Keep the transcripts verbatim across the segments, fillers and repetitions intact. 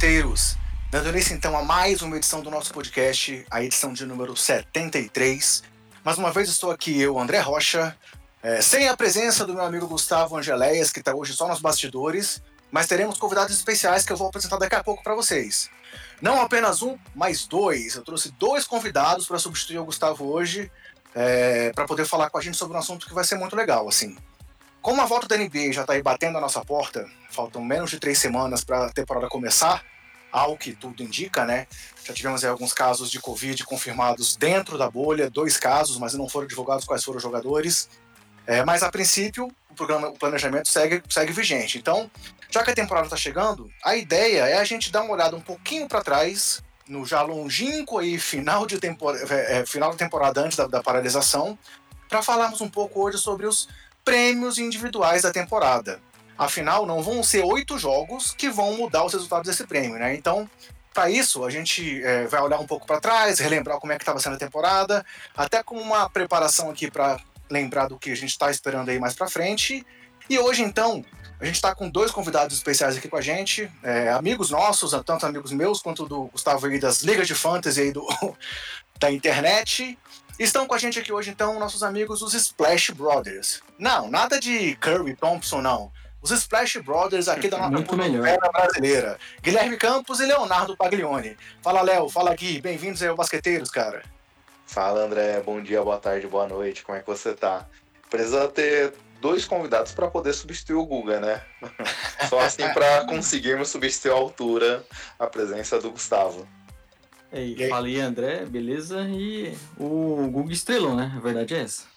basqueteiros! Dando início então a mais uma edição do nosso podcast, a edição de número setenta e três. Mais uma vez estou aqui, eu, André Rocha, é, sem a presença do meu amigo Gustavo Angeléias, que está hoje só nos bastidores, mas teremos convidados especiais que eu vou apresentar daqui a pouco para vocês. Não apenas um, mas dois. Eu trouxe dois convidados para substituir o Gustavo hoje, é, para poder falar com a gente sobre um assunto que vai ser muito legal, assim. Como a volta da N B A já está aí batendo a nossa porta, faltam menos de três semanas para a temporada começar, ao que tudo indica, né? Já tivemos aí alguns casos de Covid confirmados dentro da bolha, dois casos, mas não foram divulgados quais foram os jogadores. É, mas, a princípio, o, programa, o planejamento segue, segue vigente. Então, já que a temporada está chegando, a ideia é a gente dar uma olhada um pouquinho para trás, no já longínquo aí, final, de tempor- é, final da temporada antes da, da paralisação, para falarmos um pouco hoje sobre os prêmios individuais da temporada. Afinal, não vão ser oito jogos que vão mudar os resultados desse prêmio, né? Então, para isso, a gente é, vai olhar um pouco para trás, relembrar como é que estava sendo a temporada, até com uma preparação aqui para lembrar do que a gente está esperando aí mais para frente. E hoje, então, a gente está com dois convidados especiais aqui com a gente, é, amigos nossos, tanto amigos meus quanto do Gustavo aí das ligas de fantasy aí do, da internet. Estão com a gente aqui hoje, então, nossos amigos, os Splash Brothers. Não, nada de Curry Thompson, não. Os Splash Brothers aqui da nossa cultura brasileira. Guilherme Campos e Leonardo Paglioni. Fala, Léo. Fala, Gui. Bem-vindos aí ao Basqueteiros, cara. Fala, André. Bom dia, boa tarde, boa noite. Como é que você tá? Precisa ter dois convidados para poder substituir o Guga, né? Só assim para conseguirmos substituir a altura, a presença do Gustavo. Ei, e aí? Fala aí, André, beleza? E o Guga estrelou, né? A verdade é essa.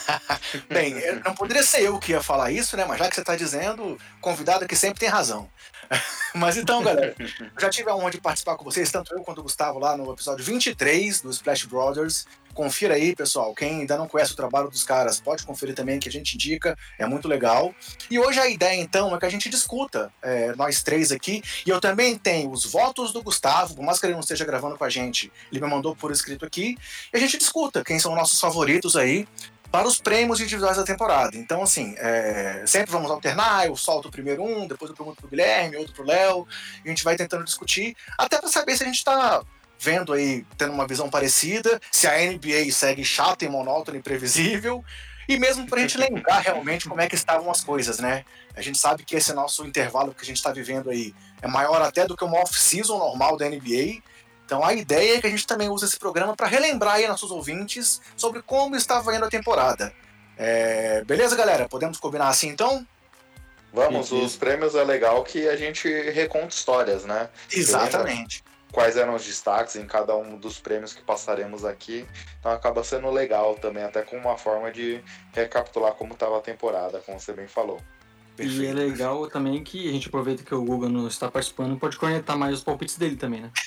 Bem, não poderia ser eu que ia falar isso, né? Mas já que você está dizendo, convidado que sempre tem razão. Mas então, galera, eu já tive a honra de participar com vocês, tanto eu quanto o Gustavo, lá no episódio vinte e três do Splash Brothers. Confira aí, pessoal. Quem ainda não conhece o trabalho dos caras, pode conferir também, que a gente indica. É muito legal. E hoje a ideia, então, é que a gente discuta, é, nós três aqui. E eu também tenho os votos do Gustavo, por mais que ele não esteja gravando com a gente, ele me mandou por escrito aqui. E a gente discuta quem são nossos favoritos aí para os prêmios individuais da temporada. Então, assim, é, sempre vamos alternar, eu solto primeiro um, depois eu pergunto pro Guilherme, outro pro Léo, e a gente vai tentando discutir, até para saber se a gente tá vendo aí, tendo uma visão parecida, se a N B A segue chata e monótona e previsível, e mesmo pra gente lembrar realmente como é que estavam as coisas, né? A gente sabe que esse nosso intervalo que a gente tá vivendo aí é maior até do que uma off-season normal da N B A. Então a ideia é que a gente também use esse programa para relembrar aí nossos ouvintes sobre como estava indo a temporada. É... Beleza, galera? Podemos combinar assim, então? Vamos, os prêmios é legal que a gente reconta histórias, né? Exatamente. Quais eram os destaques em cada um dos prêmios que passaremos aqui. Então acaba sendo legal também, até com uma forma de recapitular como estava a temporada, como você bem falou. Perfeito. E é legal também que a gente aproveita que o Guga não está participando e pode conectar mais os palpites dele também, né?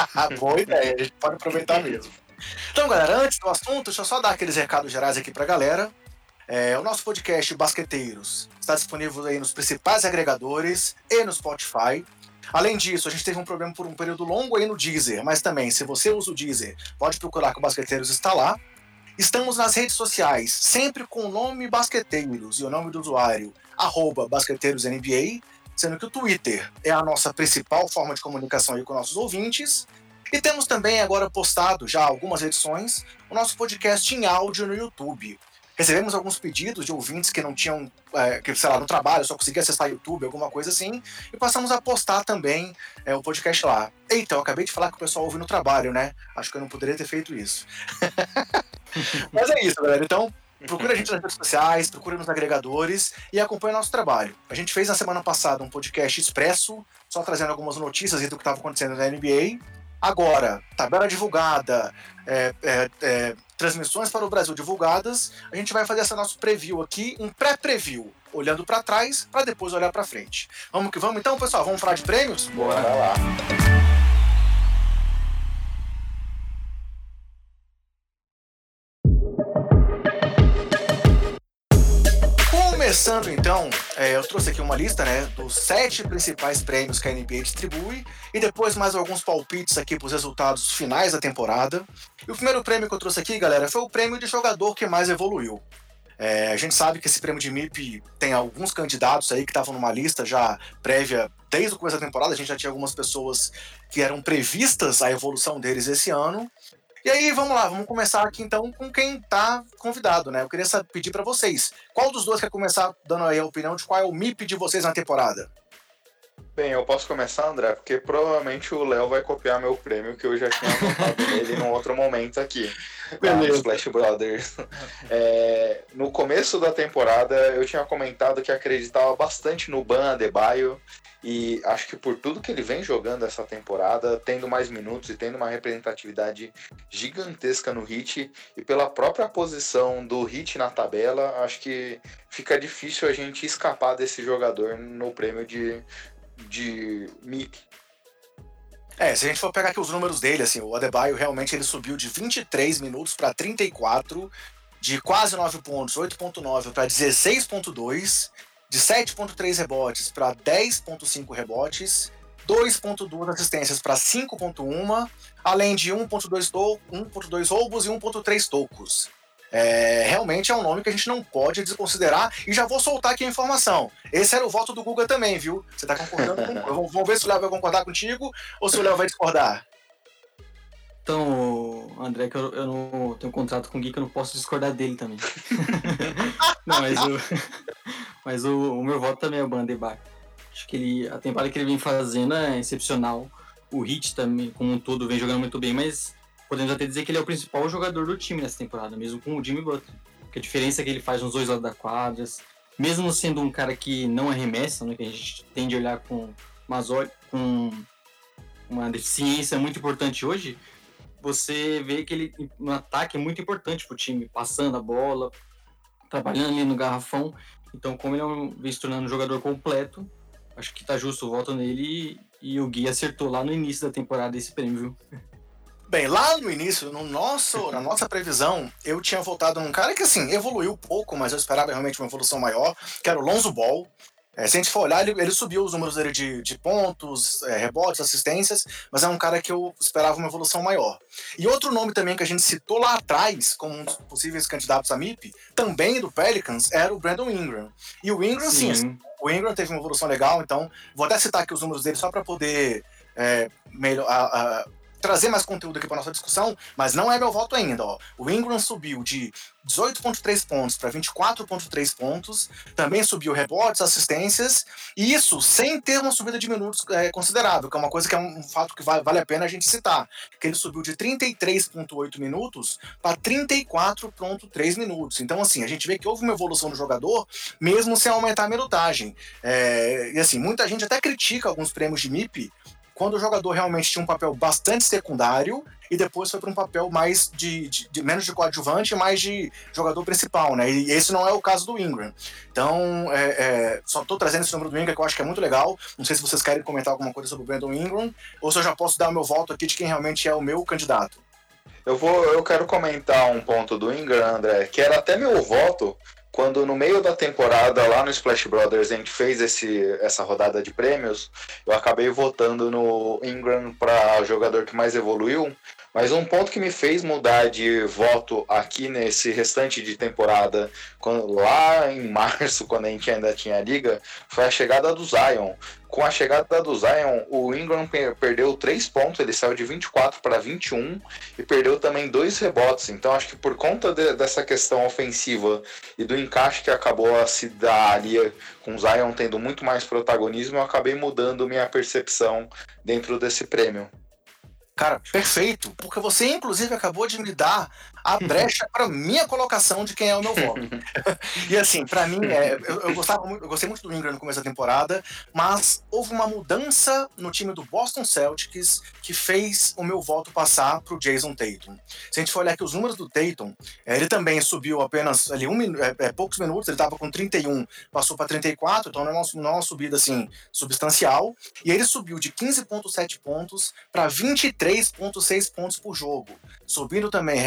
Boa ideia, a gente pode aproveitar mesmo. Então, galera, antes do assunto, deixa eu só dar aqueles recados gerais aqui pra galera. É, o nosso podcast Basqueteiros está disponível aí nos principais agregadores e no Spotify. Além disso, a gente teve um problema por um período longo aí no Deezer, mas também, se você usa o Deezer, pode procurar que o Basqueteiros está lá. Estamos nas redes sociais, sempre com o nome Basqueteiros e o nome do usuário, arroba BasqueteirosNBA, sendo que o Twitter é a nossa principal forma de comunicação aí com nossos ouvintes. E temos também agora postado, já algumas edições, o nosso podcast em áudio no YouTube. Recebemos alguns pedidos de ouvintes que não tinham, é, que, sei lá, no trabalho, só conseguia acessar YouTube, alguma coisa assim, e passamos a postar também é, o podcast lá. Eita, eu acabei de falar que o pessoal ouve no trabalho, né? Acho que eu não poderia ter feito isso. Mas é isso, galera. Então, procura a gente nas redes sociais, procura nos agregadores e acompanha nosso trabalho. A gente fez na semana passada um podcast expresso, só trazendo algumas notícias do que estava acontecendo na N B A. Agora, tabela divulgada, é, é, é, transmissões para o Brasil divulgadas, a gente vai fazer esse nosso preview aqui, um pré-preview, olhando para trás para depois olhar para frente. Vamos que vamos então, pessoal? Vamos falar de prêmios? Bora lá! Começando então, é, eu trouxe aqui uma lista, né, dos sete principais prêmios que a N B A distribui e depois mais alguns palpites aqui para os resultados finais da temporada. E o primeiro prêmio que eu trouxe aqui, galera, foi o prêmio de jogador que mais evoluiu. É, a gente sabe que esse prêmio de M I P tem alguns candidatos aí que estavam numa lista já prévia desde o começo da temporada. A gente já tinha algumas pessoas que eram previstas a evolução deles esse ano. E aí, vamos lá, vamos começar aqui então com quem tá convidado, né? Eu queria pedir para vocês, qual dos dois quer começar dando aí a opinião de qual é o M I P de vocês na temporada? Bem, eu posso começar, André, porque provavelmente o Léo vai copiar meu prêmio que eu já tinha anotado nele num outro momento aqui, lá no Splash Brothers. É, no começo da temporada, eu tinha comentado que acreditava bastante no Bam Adebayo, e acho que por tudo que ele vem jogando essa temporada, tendo mais minutos e tendo uma representatividade gigantesca no Heat, e pela própria posição do Heat na tabela, acho que fica difícil a gente escapar desse jogador no prêmio de, de M I P. É, se a gente for pegar aqui os números dele, assim, o Adebayo realmente ele subiu de vinte e três minutos para trinta e quatro, de quase nove pontos, oito ponto nove para dezesseis ponto dois, de sete ponto três rebotes para dez ponto cinco rebotes, dois ponto dois assistências para cinco ponto um, além de um ponto dois to- um ponto dois roubos e um ponto três tocos. É, realmente é um nome que a gente não pode desconsiderar, e já vou soltar aqui a informação. Esse era o voto do Guga também, viu? Você tá concordando com... Vamos ver se o Léo vai concordar contigo ou se o Léo vai discordar. Então, André, que eu, eu não tenho um contrato com o Gui, que eu não posso discordar dele também. Não, mas, o, mas o, o meu voto também é o Bam Adebayo. Acho que ele, a temporada que ele vem fazendo é excepcional. O Heat também, como um todo, vem jogando muito bem, mas podemos até dizer que ele é o principal jogador do time nessa temporada, mesmo com o Jimmy Butler. Porque a diferença é que ele faz nos dois lados da quadra, mesmo sendo um cara que não arremessa, né, que a gente tende a olhar com, umas, com uma deficiência muito importante hoje, você vê que ele, no ataque, é muito importante pro time, passando a bola, trabalhando ali no garrafão. Então, como ele é um, vem se tornando um jogador completo, acho que tá justo o voto nele, e, e o Gui acertou lá no início da temporada esse prêmio, viu? Bem, lá no início, no nosso, na nossa previsão, eu tinha votado num cara que, assim, evoluiu pouco, mas eu esperava realmente uma evolução maior, que era o Lonzo Ball. É, se a gente for olhar, ele, ele subiu os números dele de, de pontos, é, rebotes, assistências, mas é um cara que eu esperava uma evolução maior. E outro nome também que a gente citou lá atrás, como um dos possíveis candidatos a M I P, também do Pelicans, era o Brandon Ingram. E o Ingram, sim, sim o Ingram teve uma evolução legal, então vou até citar aqui os números dele só para poder é, melhor, a, a, trazer mais conteúdo aqui para nossa discussão, mas não é meu voto ainda. Ó. O Ingram subiu de dezoito ponto três pontos para vinte e quatro ponto três pontos, também subiu rebotes, assistências, e isso sem ter uma subida de minutos é, considerável, que é uma coisa que é um, um fato que vale, vale a pena a gente citar, que ele subiu de trinta e três ponto oito minutos para trinta e quatro ponto três minutos. Então, assim, a gente vê que houve uma evolução do jogador, mesmo sem aumentar a minutagem. É, e assim, muita gente até critica alguns prêmios de M I P, quando o jogador realmente tinha um papel bastante secundário e depois foi para um papel mais de, de, de menos de coadjuvante e mais de jogador principal, né? E esse não é o caso do Ingram. Então, é, é, só estou trazendo esse número do Ingram que eu acho que é muito legal. Não sei se vocês querem comentar alguma coisa sobre o Brandon Ingram ou se eu já posso dar o meu voto aqui de quem realmente é o meu candidato. Eu, vou, eu quero comentar um ponto do Ingram, André, que era até meu voto quando no meio da temporada, lá no Splash Brothers, a gente fez esse, essa rodada de prêmios. Eu acabei votando no Ingram para jogador que mais evoluiu, mas um ponto que me fez mudar de voto aqui nesse restante de temporada, quando, lá em março, quando a gente ainda tinha a liga, foi a chegada do Zion. Com a chegada do Zion, o Ingram perdeu três pontos, ele saiu de vinte e quatro para vinte e um e perdeu também dois rebotes. Então acho que por conta de, dessa questão ofensiva e do encaixe que acabou a se dar ali, com o Zion tendo muito mais protagonismo, eu acabei mudando minha percepção dentro desse prêmio. Cara, perfeito, porque você inclusive acabou de me dar a brecha para minha colocação de quem é o meu voto. E assim, para mim, é, eu, eu, gostava muito, eu gostei muito do Ingram no começo da temporada, mas houve uma mudança no time do Boston Celtics que fez o meu voto passar para o Jason Tatum. Se a gente for olhar aqui os números do Tatum, é, ele também subiu apenas ali um, é, é, poucos minutos, ele estava com trinta e um, passou para trinta e quatro, então não é, uma, não é uma subida assim substancial, e ele subiu de quinze ponto sete pontos para vinte e três ponto seis pontos por jogo, subindo também rebotes,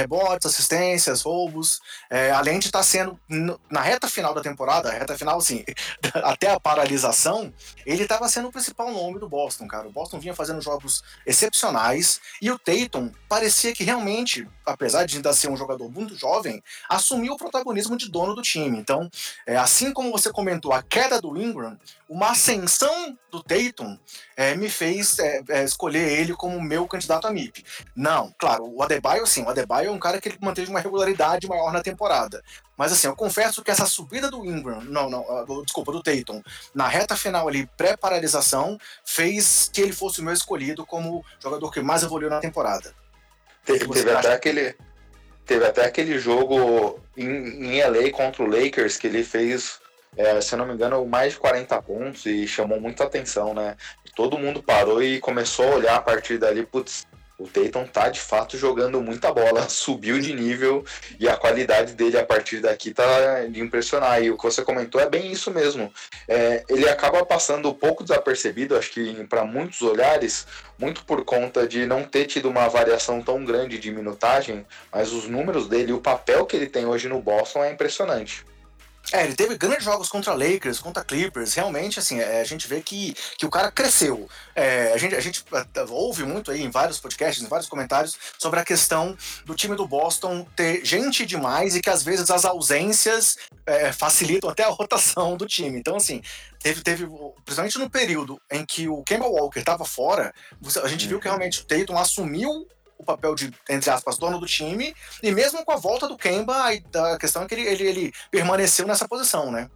pontos, assistências, roubos, é, além de estar sendo, na reta final da temporada, a reta final, assim, até a paralisação, ele estava sendo o principal nome do Boston, cara. O Boston vinha fazendo jogos excepcionais e o Tatum parecia que realmente, apesar de ainda ser um jogador muito jovem, assumiu o protagonismo de dono do time. Então, é, assim como você comentou, a queda do Ingram, uma ascensão do Tatum é, me fez é, é, escolher ele como meu candidato a M I P. Não, claro, o Adebayo, sim, o Adebayo é um cara que ele manteve uma regularidade maior na temporada. Mas assim, eu confesso que essa subida do Ingram, não, não, uh, desculpa, do Tatum, na reta final ali, pré-paralisação, fez que ele fosse o meu escolhido como jogador que mais evoluiu na temporada. Teve, teve até aquele, teve até aquele jogo em, em L A contra o Lakers que ele fez, é, se eu não me engano, mais de quarenta pontos e chamou muita atenção, né? Todo mundo parou e começou a olhar a partir dali, putz, o Tatum tá de fato jogando muita bola, subiu de nível e a qualidade dele a partir daqui tá de impressionar. E o que você comentou é bem isso mesmo. É, ele acaba passando um pouco desapercebido, acho que para muitos olhares, muito por conta de não ter tido uma variação tão grande de minutagem, mas os números dele e o papel que ele tem hoje no Boston é impressionante. É, ele teve grandes jogos contra Lakers, contra Clippers, realmente, assim, é, a gente vê que, que o cara cresceu. É, a gente, a gente ouve muito aí em vários podcasts, em vários comentários, sobre a questão do time do Boston ter gente demais e que às vezes as ausências é, facilitam até a rotação do time. Então, assim, teve, teve, principalmente no período em que o Kemba Walker estava fora, a gente viu que realmente o Tatum assumiu o papel de, entre aspas, dono do time, e mesmo com a volta do Kemba, a questão é que ele, ele, ele permaneceu nessa posição, né?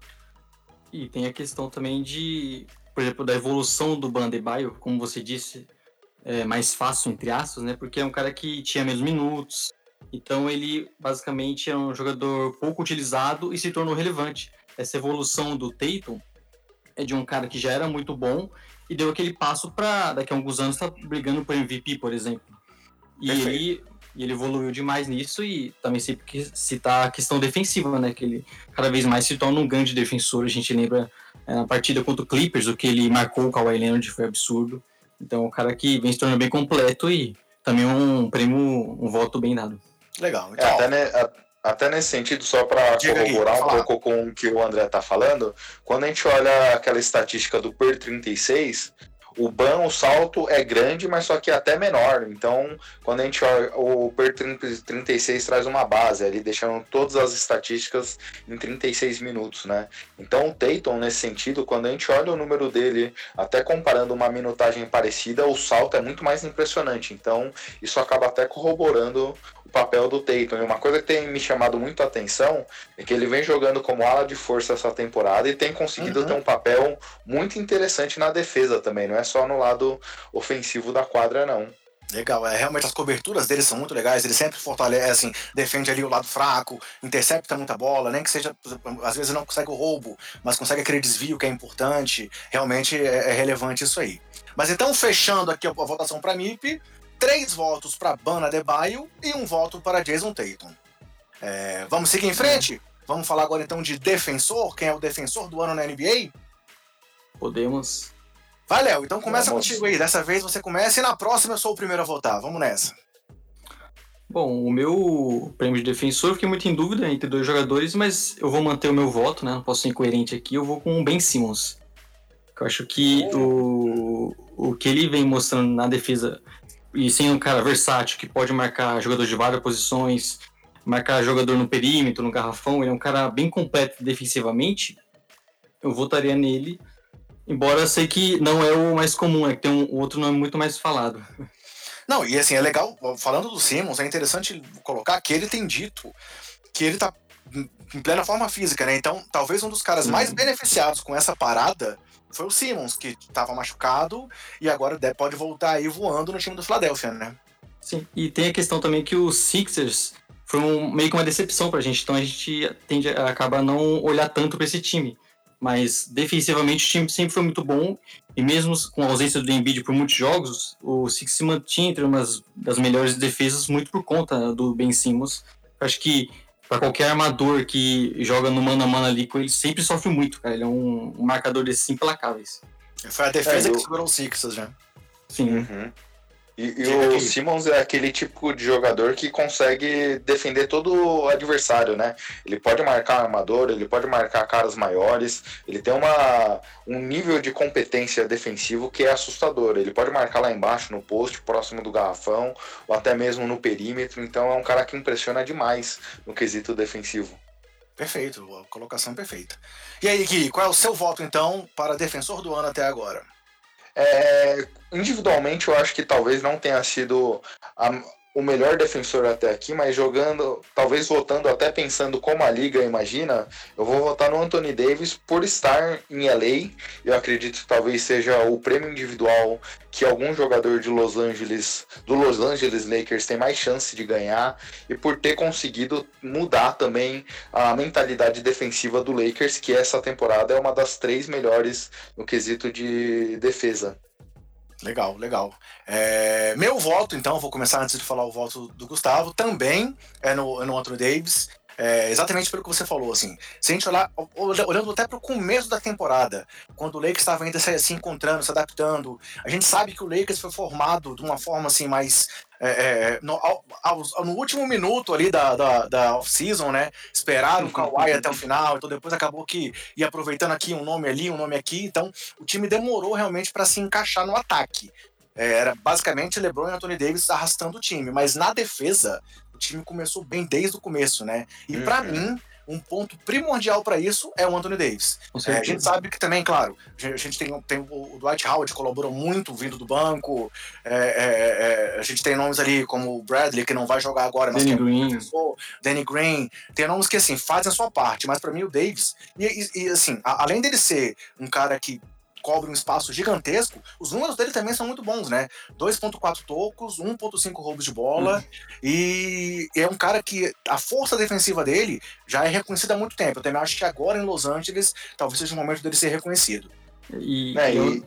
E tem a questão também de, por exemplo, da evolução do Bam Adebayo, como você disse, é mais fácil, entre aspas, né? Porque é um cara que tinha menos minutos, então ele basicamente é um jogador pouco utilizado e se tornou relevante. Essa evolução do Tatum é de um cara que já era muito bom e deu aquele passo para daqui a alguns anos estar tá brigando por M V P, por exemplo. E ele, ele evoluiu demais nisso e também sempre citar a questão defensiva, né? Que ele cada vez mais se torna um grande defensor. A gente lembra é, na partida contra o Clippers, o que ele marcou o Kawhi Leonard foi absurdo. Então, o cara que vem se tornando bem completo e também um prêmio, um voto bem dado. Legal. Então, é, até, ne, até nesse sentido, só para corroborar aí, um falar. pouco com o que o André tá falando, quando a gente olha aquela estatística do per trinta e seis... O Bam, o salto é grande, mas só que é até menor. Então, quando a gente olha, o per trinta e seis traz uma base ali, deixando todas as estatísticas em trinta e seis minutos, né? Então, o Tatum, nesse sentido, quando a gente olha o número dele, até comparando uma minutagem parecida, o salto é muito mais impressionante. Então, isso acaba até corroborando o papel do Tatum. E uma coisa que tem me chamado muito a atenção é que ele vem jogando como ala de força essa temporada e tem conseguido uhum. ter um papel muito interessante na defesa também, não é só no lado ofensivo da quadra, não. Legal, é, realmente as coberturas dele são muito legais, ele sempre fortalece, assim, defende ali o lado fraco, intercepta muita bola, nem que seja, às vezes não consegue o roubo, mas consegue aquele desvio que é importante, realmente é, é relevante isso aí. Mas então, fechando aqui a, a votação para M I P, três votos para Bam Adebayo e um voto para Jason Tatum. É, vamos seguir em frente? Vamos falar agora então de defensor, quem é o defensor do ano na N B A? Podemos... Vai, Léo, então começa Vamos. contigo aí. Dessa vez você começa e na próxima eu sou o primeiro a votar. Vamos nessa. Bom, o meu prêmio de defensor, eu fiquei muito em dúvida entre dois jogadores, mas eu vou manter o meu voto, né? Não posso ser incoerente aqui, eu vou com o Ben Simmons. Eu acho que oh. o, o que ele vem mostrando na defesa, e sem um cara versátil que pode marcar jogador de várias posições, marcar jogador no perímetro, no garrafão, ele é um cara bem completo defensivamente, eu votaria nele. Embora eu sei que não é o mais comum, é que tem um outro nome muito mais falado. Não, e assim, é legal, falando do Simmons, é interessante colocar que ele tem dito que ele tá em plena forma física, né? Então, talvez um dos caras Sim. mais beneficiados com essa parada foi o Simmons, que estava machucado e agora pode voltar aí voando no time do Philadelphia, né? Sim, e tem a questão também que os Sixers foi um, meio que uma decepção pra gente, então a gente tende a acabar não olhar tanto pra esse time. Mas defensivamente o time sempre foi muito bom e mesmo com a ausência do Embiid por muitos jogos, o Six se mantinha entre uma das melhores defesas muito por conta do Ben Simmons. Eu acho que para qualquer armador que joga no mano a mano ali com ele, sempre sofre muito, cara. Ele é um, um marcador desses implacáveis. Foi a defesa é, eu... que segurou o Sixers, já. Sim. Uhum. E, e o Simmons é aquele tipo de jogador que consegue defender todo o adversário, né? Ele pode marcar armador, ele pode marcar caras maiores, ele tem uma, um nível de competência defensivo que é assustador. Ele pode marcar lá embaixo, no poste, próximo do garrafão, ou até mesmo no perímetro. Então é um cara que impressiona demais no quesito defensivo. Perfeito, colocação perfeita. E aí, Gui, qual é o seu voto, então, para defensor do ano até agora? É, individualmente eu acho que talvez não tenha sido a, o melhor defensor até aqui, mas jogando, talvez votando até pensando como a liga imagina, eu vou votar no Anthony Davis por estar em L A. Eu acredito que talvez seja o prêmio individual que algum jogador de Los Angeles, do Los Angeles Lakers tem mais chance de ganhar, e por ter conseguido mudar também a mentalidade defensiva do Lakers, que essa temporada é uma das três melhores no quesito de defesa. Legal, legal. É, meu voto, então, vou começar antes de falar o voto do Gustavo, também é no, é no Anthony Davis. É, exatamente pelo que você falou, assim. Se a gente olhar, olhando até para o começo da temporada, quando o Lakers estava ainda se, se encontrando, se adaptando, a gente sabe que o Lakers foi formado de uma forma assim mais é, é, no, ao, ao, no último minuto ali da, da, da off-season, né? Esperaram o Kawhi até o final, então depois acabou que ia aproveitando aqui um nome ali, um nome aqui, então o time demorou realmente para se encaixar no ataque. É, era basicamente LeBron e Anthony Davis arrastando o time, mas na defesa o time começou bem desde o começo, né? E uhum. para mim, um ponto primordial para isso é o Anthony Davis. É, a gente sabe que também, claro, a gente tem, tem o Dwight Howard, colaborou muito vindo do banco, é, é, é, a gente tem nomes ali como o Bradley, que não vai jogar agora, mas Danny que é Green. professor, Danny Green, tem nomes que, assim, fazem a sua parte, mas para mim o Davis, e, e, e assim, a, além dele ser um cara que cobre um espaço gigantesco, os números dele também são muito bons, né? dois ponto quatro tocos, um ponto cinco roubos de bola, uhum. e é um cara que a força defensiva dele já é reconhecida há muito tempo. Eu também acho que agora em Los Angeles talvez seja o momento dele ser reconhecido. E, é, e,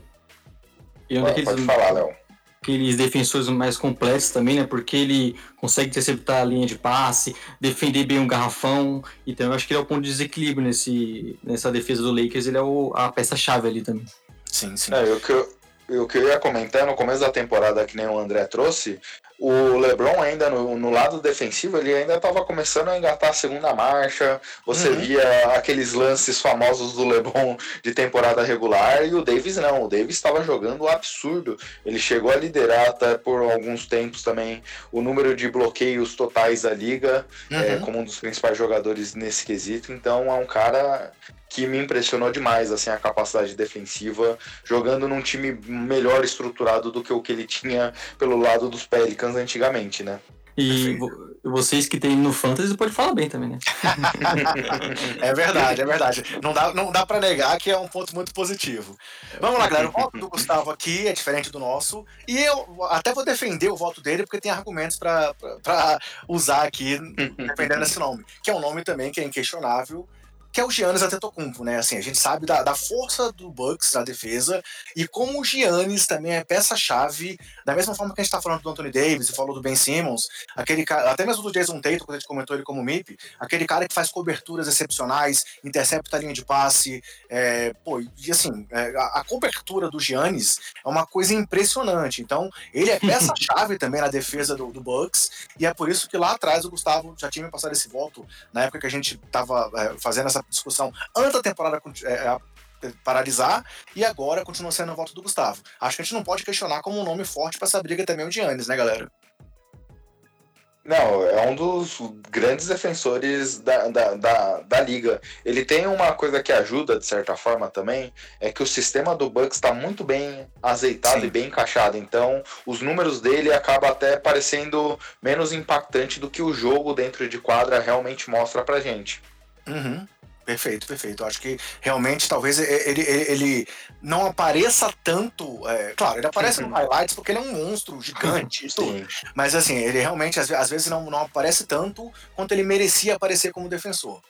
e um daqueles, pode falar, Léo. Aqueles defensores mais completos também, né? Porque ele consegue interceptar a linha de passe, defender bem um garrafão. Então eu acho que ele é o ponto de desequilíbrio nesse, nessa defesa do Lakers. Ele é o, a peça-chave ali também. Sim, sim. É, o, que eu, o que eu ia comentar no começo da temporada, que nem o André trouxe, o LeBron ainda no, no lado defensivo, ele ainda estava começando a engatar a segunda marcha. Você uhum. via aqueles lances famosos do LeBron de temporada regular, e o Davis não. O Davis estava jogando absurdo. Ele chegou a liderar até por alguns tempos também o número de bloqueios totais da liga, uhum. é, como um dos principais jogadores nesse quesito. Então é um cara que me impressionou demais, assim, a capacidade defensiva, jogando num time melhor estruturado do que o que ele tinha pelo lado dos Pelicans antigamente, né? E vo- vocês que tem no Fantasy podem falar bem também, né? É verdade, é verdade. Não dá, não dá pra negar que é um ponto muito positivo. Vamos lá, galera. O voto do Gustavo aqui é diferente do nosso. E eu até vou defender o voto dele, porque tem argumentos pra, pra, pra usar aqui, defendendo esse nome. Que é um nome também que é inquestionável, que é o Giannis Antetokounmpo, né? Assim, a gente sabe da, da força do Bucks na defesa e como o Giannis também é peça-chave, da mesma forma que a gente tá falando do Anthony Davis e falou do Ben Simmons, aquele cara, até mesmo do Jason Tatum, quando a gente comentou ele como M I P, aquele cara que faz coberturas excepcionais, intercepta a linha de passe, é, pô, e assim, é, a, a cobertura do Giannis é uma coisa impressionante. Então, ele é peça-chave também na defesa do, do Bucks, e é por isso que lá atrás o Gustavo já tinha me passado esse voto, na época que a gente tava é, fazendo essa discussão antes da temporada é, paralisar, e agora continua sendo o voto do Gustavo. Acho que a gente não pode questionar como um nome forte para essa briga também o Giannis, né, galera? Não, é um dos grandes defensores da, da, da, da liga. Ele tem uma coisa que ajuda, de certa forma, também, é que o sistema do Bucks está muito bem azeitado Sim. e bem encaixado. Então, os números dele acabam até parecendo menos impactante do que o jogo dentro de quadra realmente mostra pra gente. Uhum. Perfeito, perfeito. Eu acho que realmente talvez ele, ele, ele não apareça tanto. É, claro, ele aparece no highlights porque ele é um monstro gigante, tudo. Mas assim, ele realmente às, às vezes não, não aparece tanto quanto ele merecia aparecer como defensor.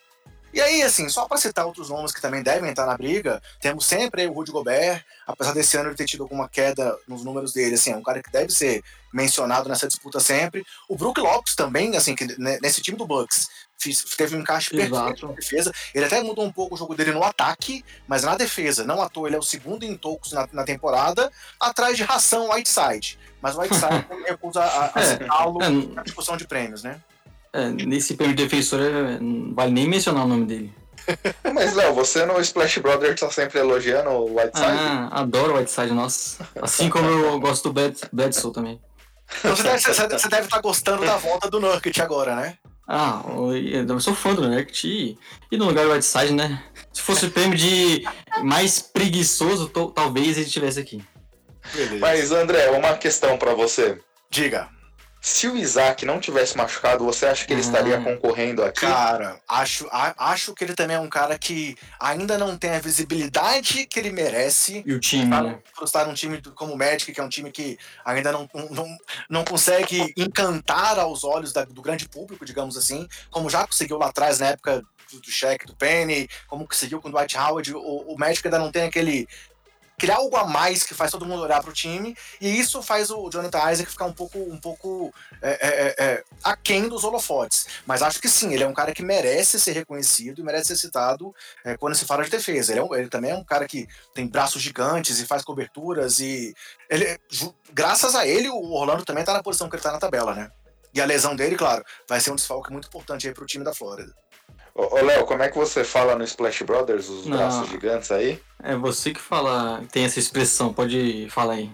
E aí, assim, só para citar outros nomes que também devem estar na briga, temos sempre o Rudy Gobert, apesar desse ano ele ter tido alguma queda nos números dele, assim, é um cara que deve ser mencionado nessa disputa sempre. O Brook Lopes também, assim, que nesse time do Bucks teve um encaixe perfeito na defesa. Ele até mudou um pouco o jogo dele no ataque, mas na defesa, não à toa, ele é o segundo em tocos na, na temporada, atrás de Hassan Whiteside. Mas o Whiteside recusa a, a citá-lo é, na discussão de prêmios, né? É, nesse prêmio de defensor, não vale nem mencionar o nome dele. Mas, Léo, você no Splash Brothers tá sempre elogiando o Whiteside? Ah, adoro o Whiteside, nossa. Assim como eu gosto do Bledsoe também. Então você deve, você deve estar gostando da volta do Nurkic agora, né? Ah, eu sou fã do Nurkic e, e no lugar do Whiteside, né? Se fosse o prêmio de mais preguiçoso, to, talvez ele estivesse aqui. Beleza. Mas, André, uma questão pra você. Diga. Se o Isaac não tivesse machucado, você acha que ele uhum. estaria concorrendo aqui? Cara, acho, a, acho que ele também é um cara que ainda não tem a visibilidade que ele merece. E o time, para, né? Para estar num time como o Magic, que é um time que ainda não, não, não consegue encantar aos olhos da, do grande público, digamos assim, como já conseguiu lá atrás, na época do, do Shaq, do Penny, como conseguiu com o Dwight Howard. O, o Magic ainda não tem aquele... criar algo a mais que faz todo mundo olhar pro time, e isso faz o Jonathan Isaac ficar um pouco, um pouco é, é, é, aquém dos holofotes. Mas acho que sim, ele é um cara que merece ser reconhecido e merece ser citado é, quando se fala de defesa. Ele, é um, ele também é um cara que tem braços gigantes e faz coberturas, e ele, graças a ele, o Orlando também tá na posição que ele tá na tabela, né? E a lesão dele, claro, vai ser um desfalque muito importante aí pro time da Flórida. Ô, Léo, como é que você fala no Splash Brothers, os Não, braços gigantes aí? É você que fala, tem essa expressão, pode falar aí.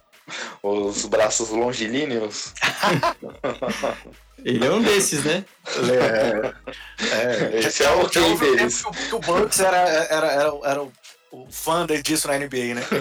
Os braços longilíneos? Ele é um desses, né? É, é, Esse é o rei deles. O, que o Bucks era, era, era, era o, o fã disso na N B A, né?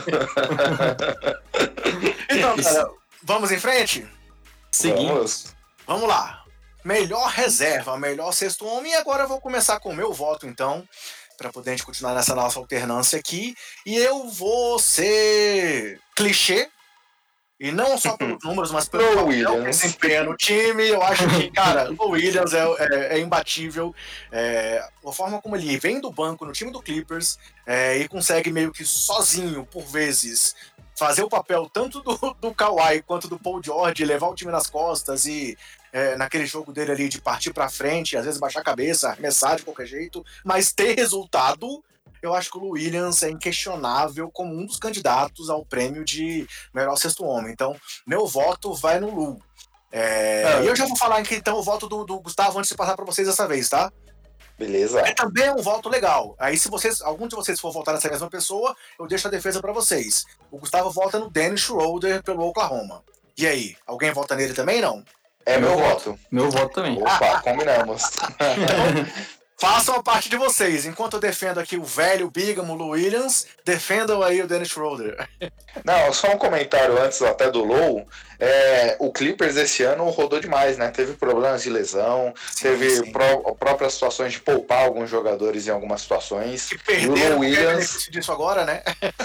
Então, cara, vamos em frente? Seguimos. Vamos lá. Melhor reserva, melhor sexto homem. E agora eu vou começar com o meu voto, então, para poder a gente continuar nessa nossa alternância aqui. E eu vou ser clichê. E não só pelos números, mas pelo papel que desempenha no time. Eu acho que, cara, o Williams é, é, é imbatível. É, a forma como ele vem do banco no time do Clippers é, e consegue meio que sozinho, por vezes, fazer o papel tanto do, do Kawhi quanto do Paul George, levar o time nas costas e é, naquele jogo dele ali de partir pra frente, às vezes baixar a cabeça, arremessar de qualquer jeito, mas ter resultado. Eu acho que o Lou Williams é inquestionável como um dos candidatos ao prêmio de melhor sexto homem. Então, meu voto vai no Lou. É, é. E eu já vou falar aqui, então, o voto do, do Gustavo antes de passar para vocês dessa vez, tá? Beleza. É também um voto legal. Aí, se vocês, algum de vocês for votar nessa mesma pessoa, eu deixo a defesa para vocês. O Gustavo vota no Dennis Schroeder pelo Oklahoma. E aí, alguém vota nele também, não? É meu, meu voto. voto. Meu voto também. Opa, combinamos. Então, façam a parte de vocês. Enquanto eu defendo aqui o velho bígamo Lou Williams, defendam aí o Dennis Schroeder. Não, só um comentário antes até do Low. É, o Clippers esse ano rodou demais, né? Teve problemas de lesão, sim, teve sim. Pró- próprias situações de poupar alguns jogadores em algumas situações. Que perderam o Williams disso agora, né?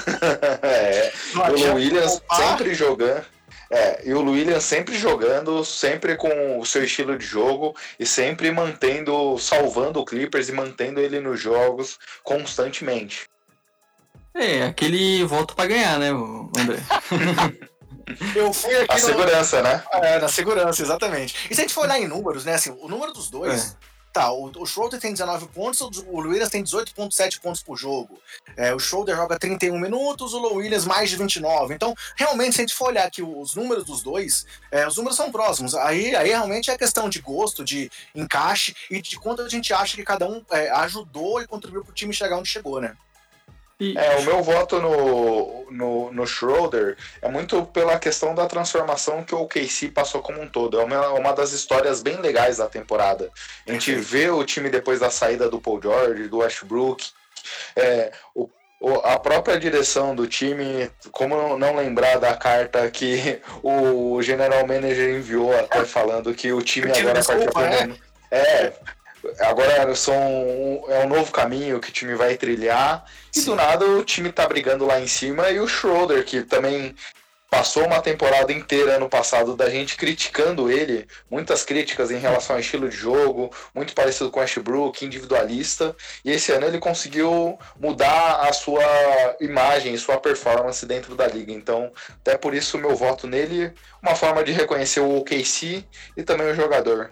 É, o Lou Williams poupar. sempre jogando. É, e o Williams sempre jogando, sempre com o seu estilo de jogo e sempre mantendo, salvando o Clippers e mantendo ele nos jogos constantemente. É, aquele voto pra ganhar, né, André? Eu fui aqui a no... segurança, né? É, na segurança, exatamente. E se a gente for olhar em números, né, assim, o número dos dois... É. Tá, o, o Schroeder tem dezenove pontos, o Williams tem dezoito vírgula sete pontos por jogo. É, o Schroeder joga trinta e um minutos, o Lou Williams mais de vinte e nove. Então, realmente, se a gente for olhar aqui os números dos dois, é, os números são próximos. Aí, aí realmente é questão de gosto, de encaixe e de quanto a gente acha que cada um é, ajudou e contribuiu pro time chegar onde chegou, né? É, o meu voto no, no, no Schroeder é muito pela questão da transformação que o O K C passou como um todo. É uma, uma das histórias bem legais da temporada. A gente vê o time depois da saída do Paul George, do Westbrook, é, o, a própria direção do time, como não lembrar da carta que o general manager enviou até falando que o time agora... Desculpa, é? É... Agora são um, é um novo caminho que o time vai trilhar. Sim. E do nada o time tá brigando lá em cima. E o Schroeder, que também passou uma temporada inteira ano passado da gente criticando ele, muitas críticas em relação ao estilo de jogo, muito parecido com o Westbrook, individualista, e esse ano ele conseguiu mudar a sua imagem, sua performance dentro da liga. Então, até por isso o meu voto nele, uma forma de reconhecer o O K C e também o jogador.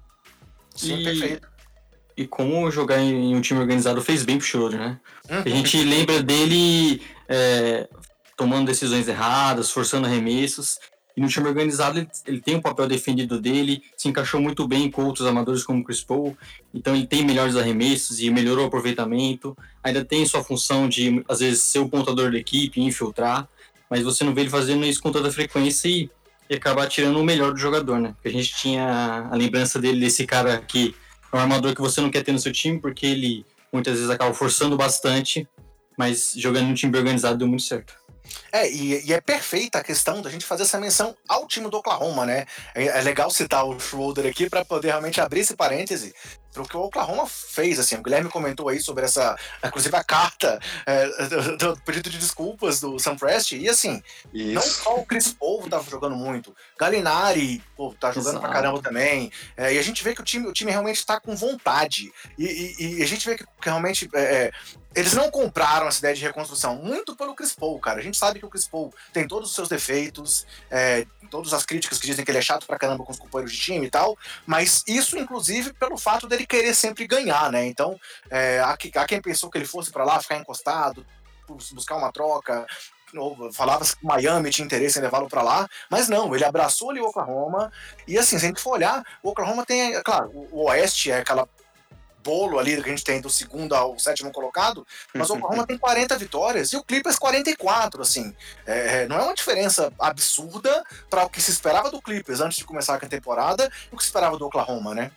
Sim, e, perfeito. E como jogar em um time organizado fez bem pro Schroeder, né? Uhum. A gente lembra dele é, tomando decisões erradas, forçando arremessos. E no time organizado ele, ele tem um papel defendido dele, se encaixou muito bem com outros amadores como o Chris Paul. Então ele tem melhores arremessos e melhorou o aproveitamento. Ainda tem sua função de, às vezes, ser o pontuador da equipe, infiltrar. Mas você não vê ele fazendo isso com toda frequência e, e acabar tirando o melhor do jogador, né? Porque a gente tinha a lembrança dele, desse cara que é um armador que você não quer ter no seu time, porque ele muitas vezes acaba forçando bastante, mas jogando no time organizado deu muito certo. É, e, e é perfeita a questão da gente fazer essa menção ao time do Oklahoma, né? É, é legal citar o Schroeder aqui para poder realmente abrir esse parêntese pro que o Oklahoma fez, assim. O Guilherme comentou aí sobre essa, inclusive a carta é, do, do pedido de desculpas do Sam Presti, e assim, Isso. não só o Chris Paul tava jogando muito, Gallinari, pô, tá jogando Exato. pra caramba também, é, e a gente vê que o time, o time realmente tá com vontade, e, e, e a gente vê que, que realmente é, eles não compraram essa ideia de reconstrução, muito pelo Chris Paul, cara. A gente sabe que o Chris Paul tem todos os seus defeitos, é, todas as críticas que dizem que ele é chato pra caramba com os companheiros de time e tal, mas isso, inclusive, pelo fato dele querer sempre ganhar, né? Então, é, há, há quem pensou que ele fosse pra lá ficar encostado, buscar uma troca, ou falava que Miami tinha interesse em levá-lo pra lá, mas não, ele abraçou ali o Oklahoma, e assim, se a gente for olhar, o Oklahoma tem, claro, o Oeste é aquela bolo ali que a gente tem do segundo ao sétimo colocado, mas o Oklahoma tem quarenta vitórias e o Clippers quarenta e quatro, assim. É, não é uma diferença absurda para o que se esperava do Clippers antes de começar a temporada e o que se esperava do Oklahoma, né?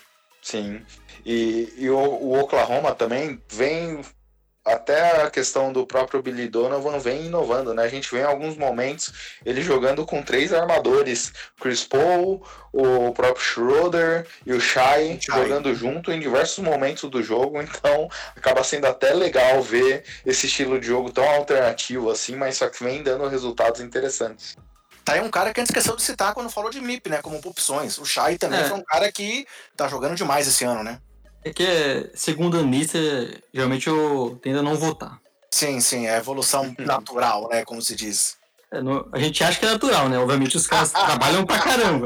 Sim. E, e o, o Oklahoma também vem... Até a questão do próprio Billy Donovan vem inovando, né? A gente vê em alguns momentos ele jogando com três armadores, Chris Paul, o próprio Schroeder e o Shai jogando junto em diversos momentos do jogo, então acaba sendo até legal ver esse estilo de jogo tão alternativo assim, mas só que vem dando resultados interessantes. Tá aí um cara que a gente esqueceu de citar quando falou de M I P, né? Como opções. O Shai também é. foi um cara que tá jogando demais esse ano, né? É que é segunda lista, geralmente eu tendo a não votar. Sim, sim, é evolução natural, né, como se diz. É, no, a gente acha que é natural, né? Obviamente os caras trabalham pra caramba.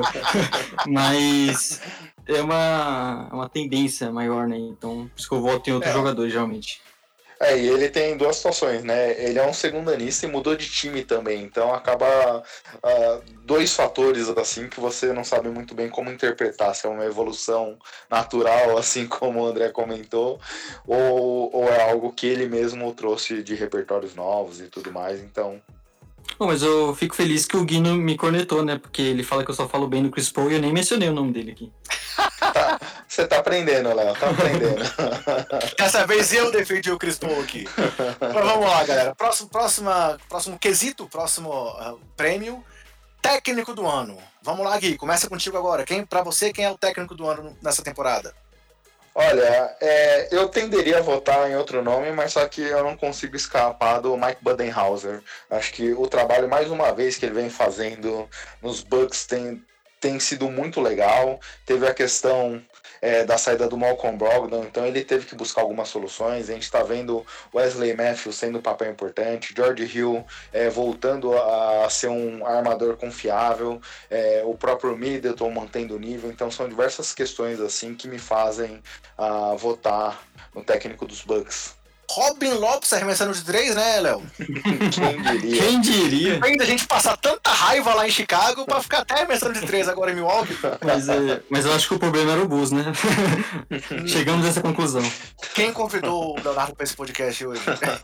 Mas é uma, uma tendência maior, né? Então, por isso que eu voto em outros é. jogadores, geralmente. É, e ele tem duas situações, né? Ele é um segundanista e mudou de time também, então acaba uh, dois fatores assim que você não sabe muito bem como interpretar, se é uma evolução natural, assim como o André comentou, ou, ou é algo que ele mesmo trouxe de repertórios novos e tudo mais, então... Bom, mas eu fico feliz que o Guino me cornetou, né? Porque ele fala que eu só falo bem do Chris Paul e eu nem mencionei o nome dele aqui. Tá, você tá aprendendo, Léo, tá aprendendo. Dessa vez eu defendi o Chris Paul aqui. Mas vamos lá, galera. Próximo, próxima, próximo quesito, próximo uh, prêmio, técnico do ano. Vamos lá, Gui, começa contigo agora. Quem, pra você, quem é o técnico do ano nessa temporada? Olha, é, eu tenderia a votar em outro nome, mas só que eu não consigo escapar do Mike Budenholzer. Acho que o trabalho, mais uma vez, que ele vem fazendo nos Bucks tem, tem sido muito legal. Teve a questão é, da saída do Malcolm Brogdon, então ele teve que buscar algumas soluções. A gente está vendo Wesley Matthews sendo um papel importante, George Hill é, voltando a ser um armador confiável, é, o próprio Middleton mantendo o nível. Então são diversas questões assim que me fazem uh, votar no técnico dos Bucks. Robin Lopes arremessando de três, né, Léo? Quem diria? Quem diria? Ainda a gente passar tanta raiva lá em Chicago pra ficar até arremessando de três agora em Milwaukee. Mas, é, mas eu acho que o problema era o Bulls, né? Chegamos a essa conclusão. Quem convidou o Leonardo pra esse podcast hoje?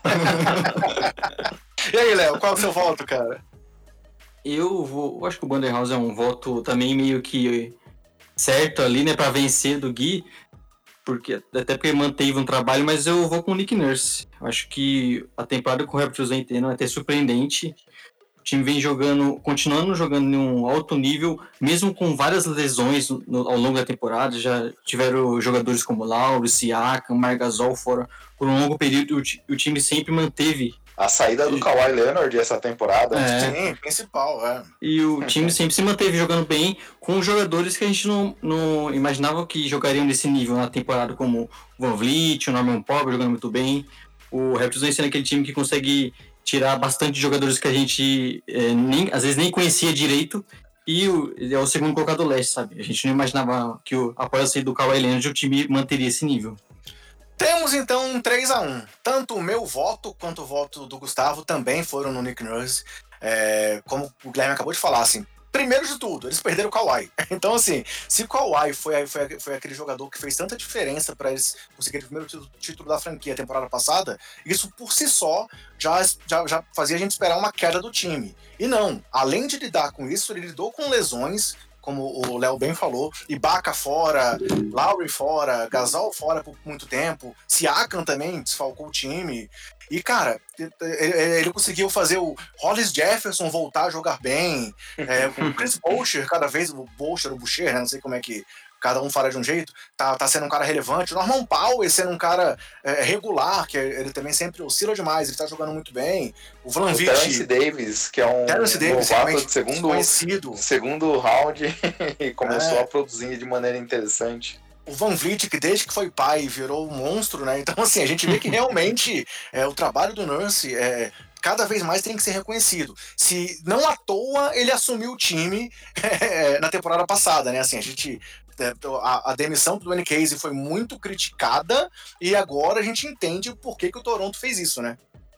E aí, Léo, qual é o seu voto, cara? Eu vou. Eu acho que o Budenholzer é um voto também meio que certo ali, né, pra vencer do Gui. Porque, até porque manteve um trabalho, mas eu vou com o Nick Nurse. Acho que a temporada com o Raptors vem tendo é até surpreendente. O time vem jogando, continuando jogando em um alto nível, mesmo com várias lesões no, ao longo da temporada. Já tiveram jogadores como Lauri, Siakam, Marc Gasol fora por um longo período. O, o time sempre manteve A saída do Kawhi Leonard essa temporada. É. Sim, principal, é. E o time sempre se manteve jogando bem com jogadores que a gente não, não imaginava que jogariam nesse nível na temporada, como o Van Vliet, o Norman Powell jogando muito bem. O Raptors vem sendo aquele time que consegue tirar bastante jogadores que a gente é, nem, às vezes nem conhecia direito. E o, é o segundo colocado do leste, sabe? A gente não imaginava que o, após a saída do Kawhi Leonard o time manteria esse nível. Temos então um três a um. Tanto o meu voto quanto o voto do Gustavo também foram no Nick Nurse. É, como o Guilherme acabou de falar, assim, primeiro de tudo, eles perderam o Kawhi. Então, assim, se o Kawhi foi, foi, foi aquele jogador que fez tanta diferença para eles conseguirem o primeiro título, título da franquia a temporada passada, isso por si só já, já, já fazia a gente esperar uma queda do time. E não, além de lidar com isso, ele lidou com lesões, como o Léo bem falou, Ibaka fora, Lowry fora, Gasol fora por muito tempo, Siakam também desfalcou o time. E, cara, ele, ele conseguiu fazer o Hollis Jefferson voltar a jogar bem, é, o Chris Boucher, cada vez, o Boucher, o Boucher, né, não sei como é que cada um fala de um jeito, tá, tá sendo um cara relevante. O Norman Powell sendo um cara é, regular, que ele também sempre oscila demais, ele tá jogando muito bem. O Vlanvit, o Terence Davis, que é um Terence Davis, novato de segundo, conhecido. segundo round e começou é. a produzir de maneira interessante. O Van Vliet, que desde que foi pai virou um monstro, né? Então, assim, a gente vê que realmente é, o trabalho do Nurse é, cada vez mais tem que ser reconhecido. Se não à toa ele assumiu o time é, na temporada passada, né? Assim, a gente... A, a demissão do Dwayne Casey foi muito criticada e agora a gente entende o porquê que o Toronto fez isso, né?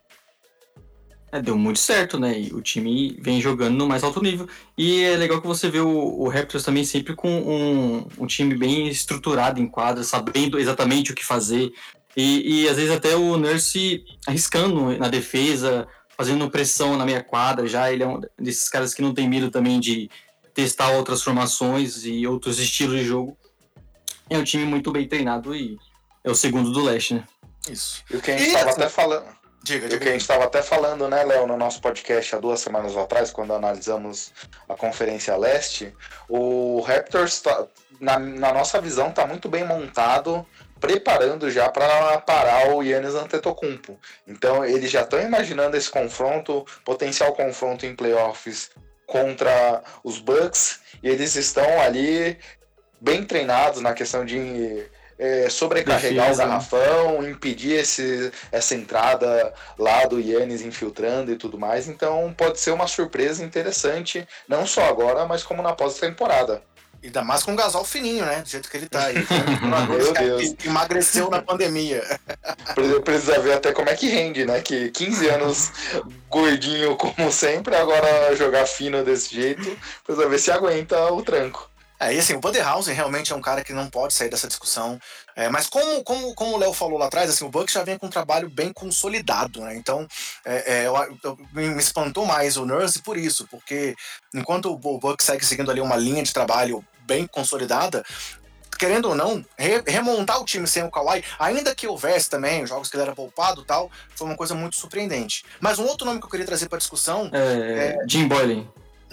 É, deu muito certo, né? E o time vem jogando no mais alto nível. E é legal que você vê o, o Raptors também sempre com um, um time bem estruturado em quadra, sabendo exatamente o que fazer. E, e às vezes até o Nurse arriscando na defesa, fazendo pressão na meia quadra já. Ele é um desses caras que não tem medo também de testar outras formações e outros estilos de jogo. É um time muito bem treinado e é o segundo do leste, né? Isso. E o que a gente estava até falando... Diga, e diga. o que a gente estava até falando, né, Léo, no nosso podcast há duas semanas atrás, quando analisamos a Conferência Leste, o Raptors, tá, na, na nossa visão, está muito bem montado, preparando já para parar o Giannis Antetokounmpo. Então, eles já estão imaginando esse confronto, potencial confronto em playoffs contra os Bucks, e eles estão ali bem treinados na questão de é, sobrecarregar Defesa, o garrafão, né? Impedir esse, essa entrada lá do Giannis infiltrando e tudo mais. Então pode ser uma surpresa interessante, não só agora, mas como na pós-temporada. Ainda mais com o Gasol fininho, né? Do jeito que ele tá aí. Meu Deus. Que emagreceu na pandemia. Precisa ver até como é que rende, né? Que quinze anos gordinho como sempre, agora jogar fino desse jeito, precisa ver se aguenta o tranco. É, e assim, o Budenholzer realmente é um cara que não pode sair dessa discussão. É, mas como, como, como o Léo falou lá atrás, assim, o Bucks já vem com um trabalho bem consolidado, né? Então, é, é, eu, eu, me espantou mais o Nurse por isso, porque enquanto o Bucks segue seguindo ali uma linha de trabalho bem consolidada, querendo ou não, re, remontar o time sem o Kawhi, ainda que houvesse também os jogos que ele era poupado e tal, foi uma coisa muito surpreendente. Mas um outro nome que eu queria trazer para discussão é, é Jim Boylan.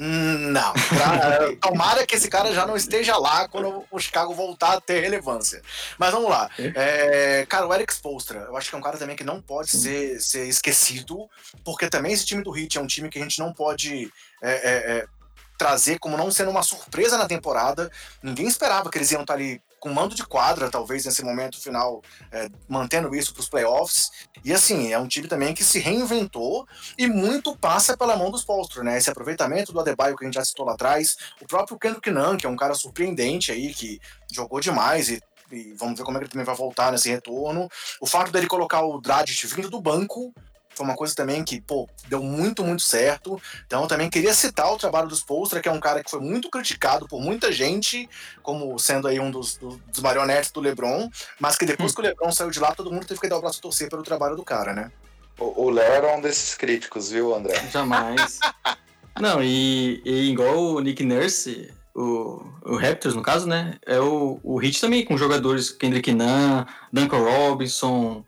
Não, pra, tomara que esse cara já não esteja lá quando o Chicago voltar a ter relevância. Mas vamos lá. É, cara, o Eric Spoelstra, eu acho que é um cara também que não pode ser, ser esquecido, porque também esse time do Heat é um time que a gente não pode é, é, é, trazer como não sendo uma surpresa na temporada. Ninguém esperava que eles iam estar ali com mando de quadra, talvez, nesse momento final, é, mantendo isso para os playoffs. E assim, é um time também que se reinventou e muito passa pela mão dos Spoelstra, né? Esse aproveitamento do Adebayo que a gente já citou lá atrás, o próprio Kendrick Nunn, que é um cara surpreendente aí, que jogou demais e, e vamos ver como é que ele também vai voltar nesse retorno. O fato dele colocar o Dragic vindo do banco foi uma coisa também que, pô, deu muito, muito certo. Então eu também queria citar o trabalho do Spoelstra, que é um cara que foi muito criticado por muita gente, como sendo aí um dos, dos marionetes do LeBron, mas que depois que o LeBron saiu de lá, todo mundo teve que dar o braço a torcer pelo trabalho do cara, né? O Léo era um desses críticos, viu, André? Jamais. Não, e, e igual o Nick Nurse, o, o Raptors, no caso, né? É o, o Heat também, com jogadores Kendrick Nunn, Duncan Robinson...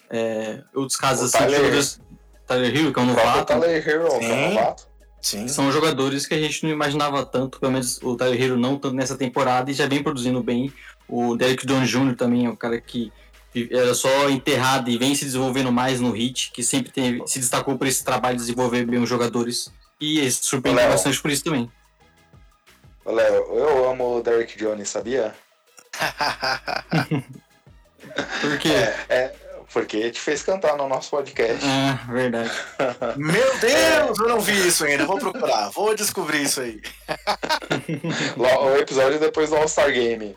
É, outros casos assim, jogadores, Tyler Hero, que é um novato. Tyler Hero, que é um novato. Sim. São jogadores que a gente não imaginava tanto, pelo menos o Tyler Hero não tanto nessa temporada, e já vem produzindo bem. O Derek Jones Júnior também é um cara que era só enterrado e vem se desenvolvendo mais no Heat, que sempre tem, se destacou por esse trabalho de desenvolver bem os jogadores. E surpreendeu bastante por isso também. Léo, eu amo o Derrick Jones, sabia? Por quê? É, é, porque te fez cantar no nosso podcast. Ah, verdade. Meu Deus, eu não vi isso ainda. Vou procurar, vou descobrir isso aí. O episódio depois do All-Star Game.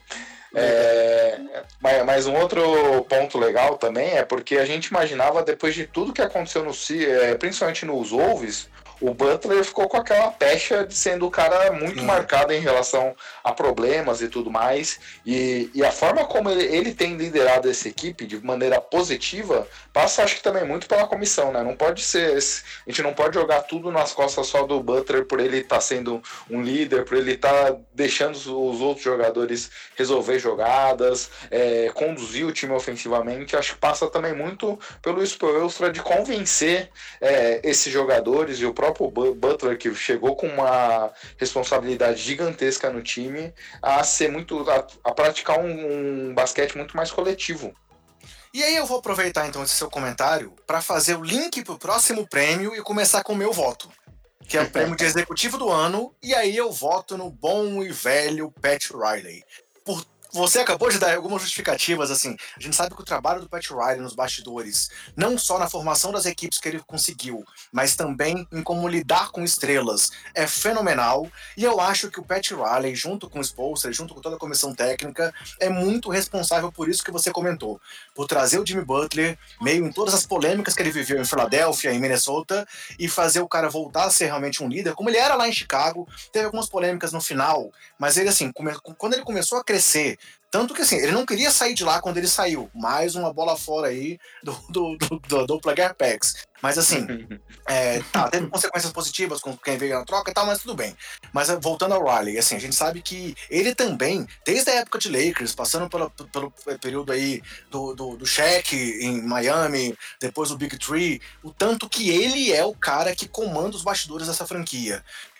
É, mas um outro ponto legal também é porque a gente imaginava, depois de tudo que aconteceu no principalmente nos Wolves, o Butler ficou com aquela pecha de sendo o cara muito hum. marcado em relação a problemas e tudo mais. E, e a forma como ele, ele tem liderado essa equipe de maneira positiva passa, acho que também muito pela comissão, né? Não pode ser, a gente não pode jogar tudo nas costas só do Butler por ele estar tá sendo um líder, por ele estar tá deixando os outros jogadores resolver jogadas, é, conduzir o time ofensivamente. Acho que passa também muito pelo Spoelstra de convencer é, esses jogadores e o próprio Butler, que chegou com uma responsabilidade gigantesca no time, a ser muito a, a praticar um, um basquete muito mais coletivo. E aí eu vou aproveitar então esse seu comentário para fazer o link pro próximo prêmio e começar com o meu voto, que é o prêmio de executivo do ano, e aí eu voto no bom e velho Pat Riley. Por Você acabou de dar algumas justificativas, assim, a gente sabe que o trabalho do Pat Riley nos bastidores, não só na formação das equipes que ele conseguiu, mas também em como lidar com estrelas, é fenomenal, e eu acho que o Pat Riley, junto com o Spoelstra, junto com toda a comissão técnica, é muito responsável por isso que você comentou, por trazer o Jimmy Butler, meio em todas as polêmicas que ele viveu em Filadélfia, em Minnesota, e fazer o cara voltar a ser realmente um líder, como ele era lá em Chicago, teve algumas polêmicas no final, mas ele, assim, come... quando ele começou a crescer, tanto que assim, ele não queria sair de lá quando ele saiu. Mais uma bola fora aí do, do, do, do, do Player Packs. Mas assim, é, tá, teve consequências positivas com quem veio na troca e tal, mas tudo bem. Mas voltando ao Riley, assim, a gente sabe que ele também, desde a época de Lakers, passando pelo, pelo período aí do, do, do Shaq em Miami, depois do Big Three, o tanto que ele é o cara que comanda os bastidores dessa franquia.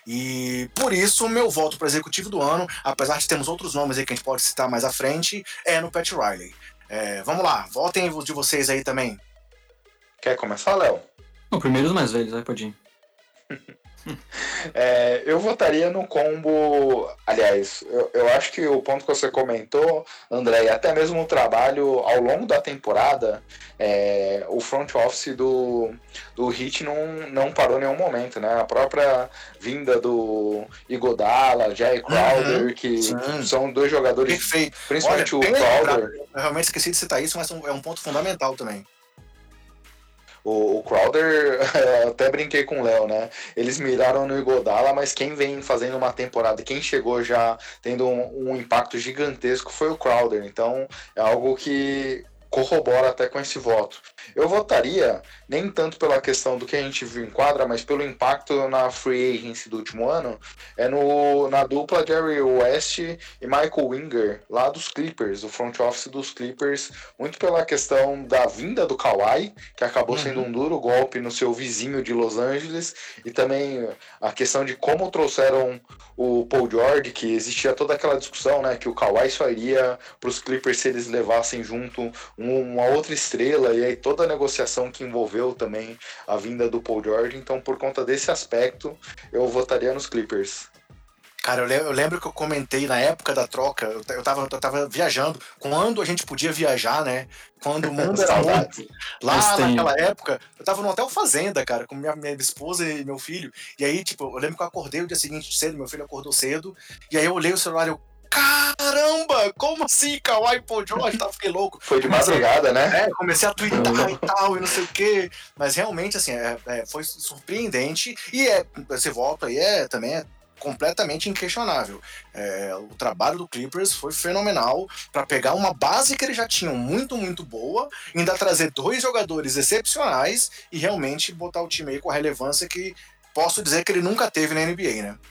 E por isso, meu voto para executivo do ano, apesar de termos outros nomes aí que a gente pode citar mais à frente, é no Pat Riley. É, vamos lá, votem os de vocês aí também. Quer começar, Léo? O primeiro dos mais velhos, vai, pode ir. É, eu votaria no combo. Aliás, eu, eu acho que o ponto que você comentou, André, e até mesmo o trabalho ao longo da temporada, é, o front office do, do Heat não, não parou em nenhum momento, né? A própria vinda do Iguodala, Jay Crowder, uhum, que sim. São dois jogadores. Perfeito. Principalmente Olha, o Crowder. Eu realmente esqueci de citar isso, mas é um ponto fundamental também. O, o Crowder, eu até brinquei com o Léo, né? Eles miraram no Iguodala, mas quem vem fazendo uma temporada, quem chegou já tendo um, um impacto gigantesco foi o Crowder. Então, é algo que corrobora até com esse voto. Eu votaria, nem tanto pela questão do que a gente viu em quadra, mas pelo impacto na free agency do último ano, é no, na dupla Jerry West e Michael Winger, lá dos Clippers, o front office dos Clippers, muito pela questão da vinda do Kawhi, que acabou sendo um duro golpe no seu vizinho de Los Angeles, e também a questão de como trouxeram o Paul George, que existia toda aquela discussão, né, que o Kawhi só iria para os Clippers se eles levassem junto uma outra estrela, e aí toda a negociação que envolveu também a vinda do Paul George. Então, por conta desse aspecto, eu votaria nos Clippers. Cara, eu lembro que eu comentei na época da troca, eu tava, eu tava viajando, quando a gente podia viajar, né? Quando o mundo era muito. Lá naquela época, eu tava no Hotel Fazenda, cara, com minha, minha esposa e meu filho. E aí, tipo, eu lembro que eu acordei o dia seguinte cedo, meu filho acordou cedo, e aí eu olhei o celular e eu, caramba, como assim, Kawhi, Paul George? Tá, fiquei louco. Foi de madrugada, né? É, comecei a twittar e tal, e não sei o quê. Mas realmente, assim, é, é, foi surpreendente. E é, esse voto aí é, também é completamente inquestionável. É, o trabalho do Clippers foi fenomenal para pegar uma base que eles já tinham muito, muito boa, ainda trazer dois jogadores excepcionais e realmente botar o time aí com a relevância que posso dizer que ele nunca teve na N B A, né?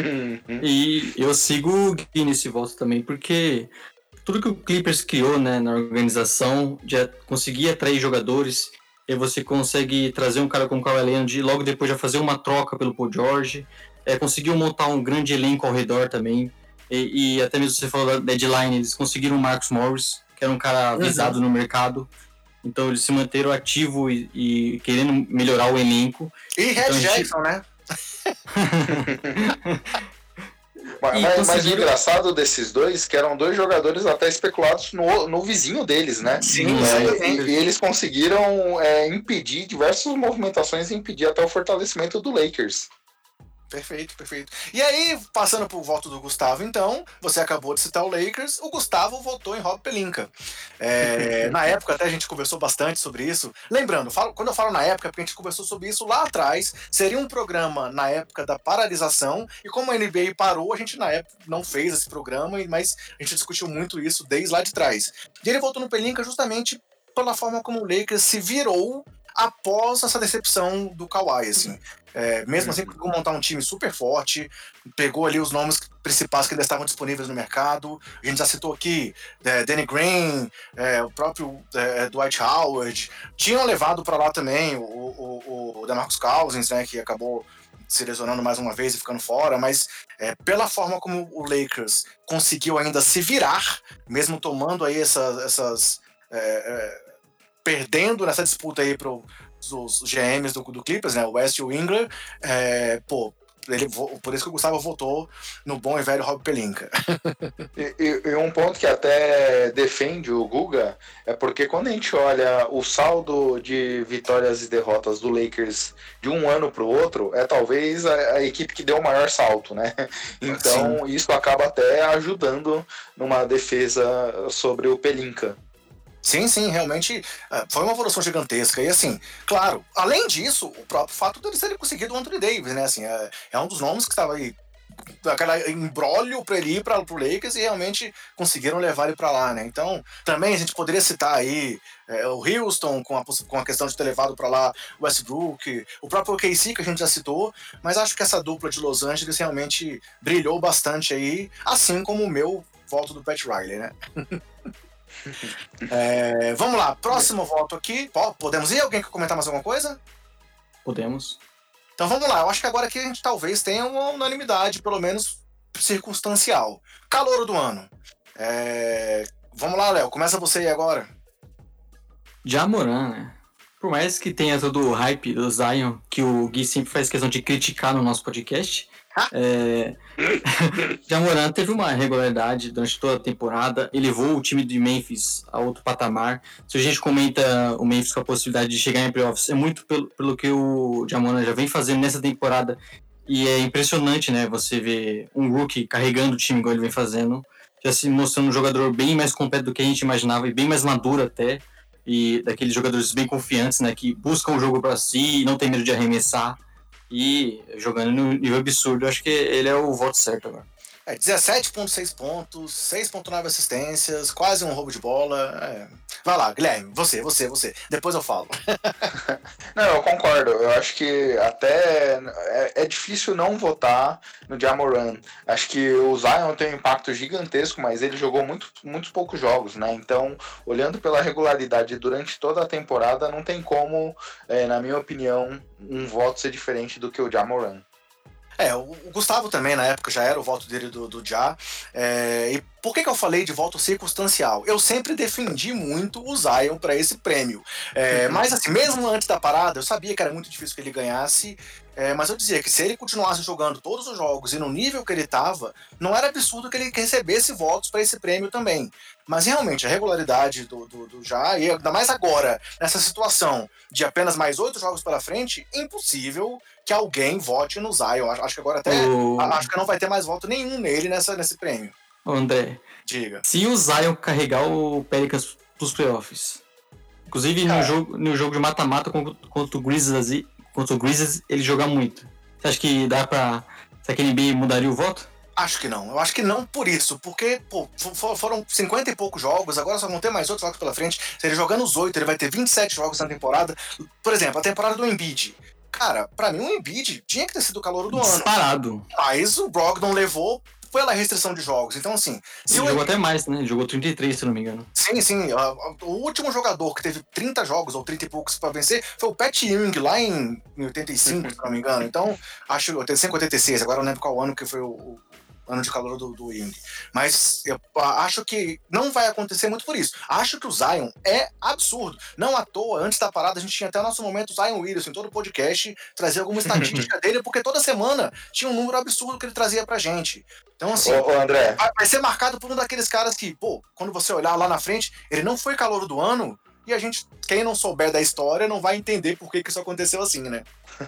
E eu sigo o Gui nesse voto também, porque tudo que o Clippers criou, né, na organização, já conseguia atrair jogadores, e você consegue trazer um cara como o Kawhi Leonard e logo depois já fazer uma troca pelo Paul George, é, conseguiu montar um grande elenco ao redor também, e, e até mesmo você falou da deadline, eles conseguiram o Marcus Morris, que era um cara visado uhum. no mercado. Então eles se manteram ativo e, e querendo melhorar o elenco. E Red então, Jackson, gente... né? mas, mas, mas o engraçado desses dois, que eram dois jogadores até especulados no, no vizinho deles, né? Sim, é, sim. E, e eles conseguiram é, impedir diversas movimentações e impedir até o fortalecimento do Lakers. Perfeito, perfeito. E aí, passando pro voto do Gustavo, então, você acabou de citar o Lakers, o Gustavo votou em Rob Pelinka. É, na época, até a gente conversou bastante sobre isso. Lembrando, falo, quando eu falo na época, é porque a gente conversou sobre isso lá atrás. Seria um programa na época da paralisação, e como a N B A parou, a gente na época não fez esse programa, mas a gente discutiu muito isso desde lá de trás. E ele votou no Pelinka justamente pela forma como o Lakers se virou após essa decepção do Kawhi, assim. É, mesmo assim, conseguiu montar um time super forte, pegou ali os nomes principais que ainda estavam disponíveis no mercado. A gente já citou aqui é, Danny Green, é, o próprio é, Dwight Howard. Tinham levado para lá também o, o, o DeMarcus Cousins, né, que acabou se lesionando mais uma vez e ficando fora, mas é, pela forma como o Lakers conseguiu ainda se virar, mesmo tomando aí essa, essas... É, é, perdendo nessa disputa aí para os G Ms do, do Clippers, né, o West e o Ingler, é, pô, ele, por isso que o Gustavo votou no bom e velho Rob Pelinka. e, e, e um ponto que até defende o Guga é porque quando a gente olha o saldo de vitórias e derrotas do Lakers de um ano para o outro, é talvez a, a equipe que deu o maior salto, né? Então Sim. isso acaba até ajudando numa defesa sobre o Pelinka. Sim, sim, realmente foi uma evolução gigantesca. E assim, claro, além disso, o próprio fato deles terem conseguido o Anthony Davis, né? Assim, é, é um dos nomes que estava aí, aquele embrólio para ele ir para o Lakers e realmente conseguiram levar ele para lá, né? Então, também a gente poderia citar aí é, o Houston com a, com a questão de ter levado para lá o Westbrook, o próprio O K C que a gente já citou, mas acho que essa dupla de Los Angeles realmente brilhou bastante aí, assim como o meu voto do Pat Riley, né? É, vamos lá, próximo voto aqui. Podemos ir? Alguém quer comentar mais alguma coisa? Podemos. Então vamos lá, eu acho que agora aqui a gente talvez tenha uma unanimidade, pelo menos circunstancial. Calouro do ano. É, vamos lá, Léo, começa você aí agora. Ja Morant, né? Por mais que tenha todo o hype do Zion, que o Gui sempre faz questão de criticar no nosso podcast, é... Ja Morant teve uma regularidade durante toda a temporada, elevou o time de Memphis a outro patamar. Se a gente comenta o Memphis com a possibilidade de chegar em playoffs, é muito pelo, pelo que o Ja Morant já vem fazendo nessa temporada, e é impressionante, né, você ver um rookie carregando o time igual ele vem fazendo, já se mostrando um jogador bem mais completo do que a gente imaginava e bem mais maduro até, e daqueles jogadores bem confiantes, né, que buscam o jogo para si e não tem medo de arremessar. E jogando no nível absurdo, eu acho que ele é o voto certo agora. É, dezessete vírgula seis pontos, seis vírgula nove assistências, quase um roubo de bola. É. Vai lá, Guilherme, você, você, você. Depois eu falo. Não, eu concordo. Eu acho que até é, é difícil não votar no Ja Morant. Acho que o Zion tem um impacto gigantesco, mas ele jogou muito, muito poucos jogos, né? Então, olhando pela regularidade durante toda a temporada, não tem como, é, na minha opinião, um voto ser diferente do que o Ja Morant. É, o Gustavo também, na época, já era o voto dele do, do Ja. É, e por que, que eu falei de voto circunstancial? Eu sempre defendi muito o Zion para esse prêmio. É, uhum. Mas, assim, mesmo antes da parada, eu sabia que era muito difícil que ele ganhasse. É, mas eu dizia que se ele continuasse jogando todos os jogos e no nível que ele estava, não era absurdo que ele recebesse votos para esse prêmio também. Mas realmente, a regularidade do, do, do Ja, e ainda mais agora, nessa situação de apenas mais oito jogos pela frente, impossível que alguém vote no Zion. Acho que agora até oh. acho que não vai ter mais voto nenhum nele nessa, nesse prêmio. André, diga. Se o Zion carregar o Pelicans pros playoffs, inclusive no jogo, no jogo de mata-mata contra, contra o Grizzlies, contra o Grizzlies, ele joga muito. Você acha que dá pra... Será que a N B A mudaria o voto? Acho que não. Eu acho que não por isso. Porque, pô, foram cinquenta e poucos jogos, agora só vão ter mais outros jogos pela frente. Se ele jogando os oito, ele vai ter vinte e sete jogos na temporada. Por exemplo, a temporada do Embiid. Cara, pra mim o Embiid tinha que ter sido o calouro do Disparado. ano. Mas o Brogdon levou pela restrição de jogos. Então, assim... Se ele jogou Embiid... até mais, né? Ele jogou trinta e três, se não me engano. Sim, sim. O último jogador que teve trinta jogos, ou trinta e poucos pra vencer, foi o Pat Ewing, lá em oitenta e cinco, se não me engano. Então, acho... oitenta e cinco, oitenta e seis. Agora eu não lembro qual ano que foi o... ano de calor do, do Ewing. Mas eu acho que não vai acontecer muito por isso. Acho que o Zion é absurdo. Não à toa, antes da parada, a gente tinha até o nosso momento Zion Williamson, em todo o podcast, trazer alguma estatística dele, porque toda semana tinha um número absurdo que ele trazia pra gente. Então, assim, ô, ô, André. Vai, vai ser marcado por um daqueles caras que, pô, quando você olhar lá na frente, ele não foi calor do ano, e a gente, quem não souber da história, não vai entender por que, que isso aconteceu assim, né?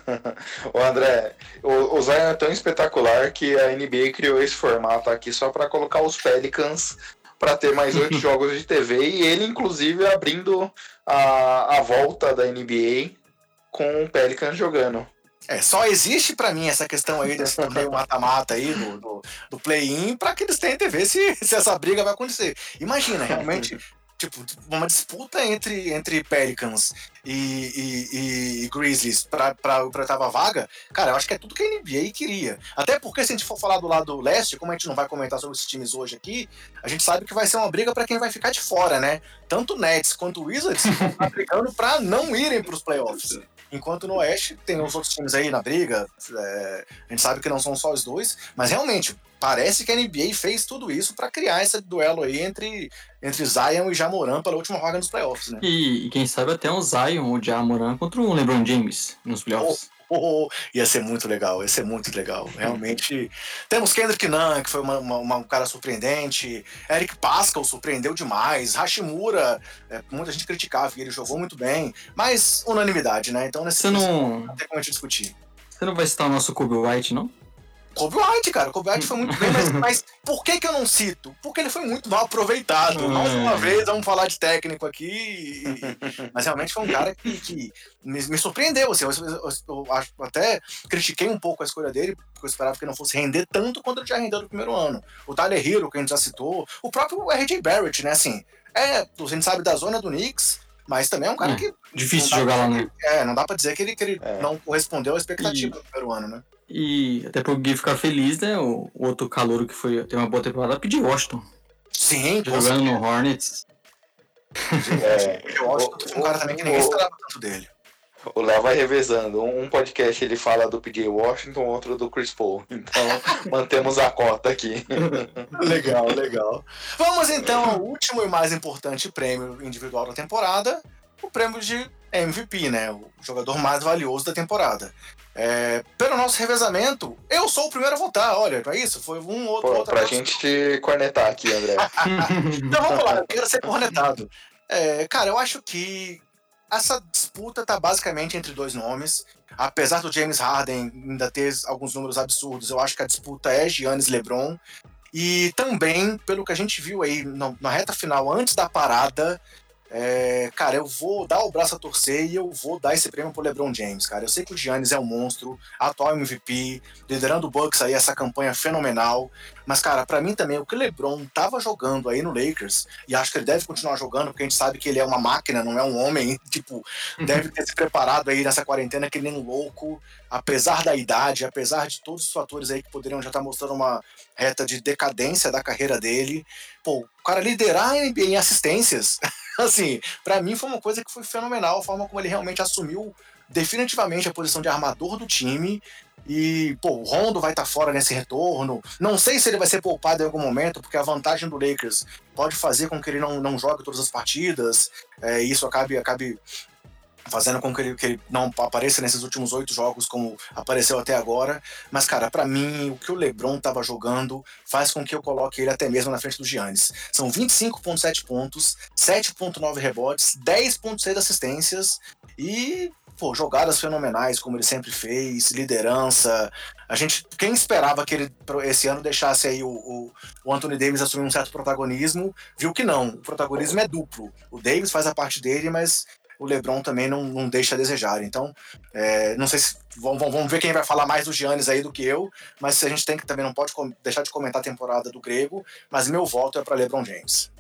Ô André, o, o Zion é tão espetacular que a N B A criou esse formato aqui só para colocar os Pelicans para ter mais oito jogos de T V, e ele, inclusive, abrindo a, a volta da N B A com o Pelicans jogando. É, só existe pra mim essa questão aí desse torneio mata-mata aí, do, do, do play-in, pra que eles tentem ver se, se essa briga vai acontecer. Imagina, realmente, tipo, uma disputa entre, entre Pelicans e, e, e Grizzlies pra, pra, pra oitava vaga, cara, eu acho que é tudo que a N B A queria. Até porque se a gente for falar do lado leste, como a gente não vai comentar sobre esses times hoje aqui, a gente sabe que vai ser uma briga pra quem vai ficar de fora, né? Tanto o Nets quanto o Wizards estão brigando pra não irem pros playoffs. Enquanto no Oeste tem os outros times aí na briga, é, a gente sabe que não são só os dois, mas realmente parece que a N B A fez tudo isso para criar esse duelo aí entre, entre Zion e Ja Morant pela última vaga nos playoffs, né? E, e quem sabe até um Zion ou Ja Morant contra o LeBron James nos playoffs. Oh. Oh, ia ser muito legal, ia ser muito legal. Realmente. Temos Kendrick Nunn, que foi uma, uma, uma, um cara surpreendente. Eric Paschall surpreendeu demais. Hashimura, é, muita gente criticava e ele jogou muito bem. Mas unanimidade, né? Então nesse Você não... não tem como a gente discutir. Você não vai citar o nosso Kobe White, não? Kobe White, cara. Kobe White foi muito bem, mas, mas por que que eu não cito? Porque ele foi muito mal aproveitado. Mais uma vez, vamos falar de técnico aqui. E, mas realmente foi um cara que, que me, me surpreendeu. Assim, eu, eu, eu, eu até critiquei um pouco a escolha dele, porque eu esperava que ele não fosse render tanto quanto ele já rendeu no primeiro ano. O Tyler Hero, que a gente já citou. O próprio R J Barrett, né? Assim, é, a gente sabe da zona do Knicks, mas também é um cara é, que... Difícil jogar lá, né? É, não dá pra dizer que ele, que ele é. não correspondeu à expectativa e... do primeiro ano, né? E até pro Gui ficar feliz, né? O, o outro calouro que foi ter uma boa temporada, P J Washington. Sim, jogando no Hornets. É, P J Washington foi um cara também que ninguém esperava tanto dele. O Léo vai revezando. Um podcast ele fala do P J Washington, outro do Chris Paul. Então mantemos a cota aqui. Legal, legal. Vamos então ao último e mais importante prêmio individual da temporada, o prêmio de M V P, né? O jogador mais valioso da temporada. É, pelo nosso revezamento, eu sou o primeiro a votar. Olha, não é isso? Foi um outro. Pô, outra pra pessoa. gente te cornetar aqui, André. Então vamos lá, eu quero ser cornetado. É, cara, eu acho que essa disputa tá basicamente entre dois nomes. Apesar do James Harden ainda ter alguns números absurdos, eu acho que a disputa é Giannis e LeBron. E também, pelo que a gente viu aí na, na reta final, antes da parada, é, cara, eu vou dar o braço a torcer e eu vou dar esse prêmio pro LeBron James, cara. Eu sei que o Giannis é um monstro, atual M V P, liderando o Bucks aí, essa campanha fenomenal. Mas, cara, pra mim também, o que o LeBron tava jogando aí no Lakers, e acho que ele deve continuar jogando, porque a gente sabe que ele é uma máquina, não é um homem, tipo, deve ter se preparado aí nessa quarentena que nem um louco, apesar da idade, apesar de todos os fatores aí que poderiam já estar mostrando uma reta de decadência da carreira dele. Pô, o cara liderar a N B A em assistências, assim, pra mim foi uma coisa que foi fenomenal, a forma como ele realmente assumiu definitivamente a posição de armador do time. E, pô, o Rondo vai estar tá fora nesse retorno. Não sei se ele vai ser poupado em algum momento, porque a vantagem do Lakers pode fazer com que ele não, não jogue todas as partidas. É, e isso acabe, acabe fazendo com que ele, que ele não apareça nesses últimos oito jogos como apareceu até agora. Mas, cara, pra mim, o que o LeBron tava jogando faz com que eu coloque ele até mesmo na frente do Giannis. São vinte e cinco vírgula sete pontos, sete vírgula nove rebotes, dez vírgula seis assistências e... pô, jogadas fenomenais, como ele sempre fez, liderança. A gente, quem esperava que ele esse ano deixasse aí o, o, o Anthony Davis assumir um certo protagonismo, viu que não. O protagonismo é duplo. O Davis faz a parte dele, mas o LeBron também não, não deixa a desejar. Então, é, não sei se vamos, vamos ver quem vai falar mais do Giannis aí do que eu, mas a gente tem que também não pode deixar de comentar a temporada do grego, mas meu voto é para LeBron James.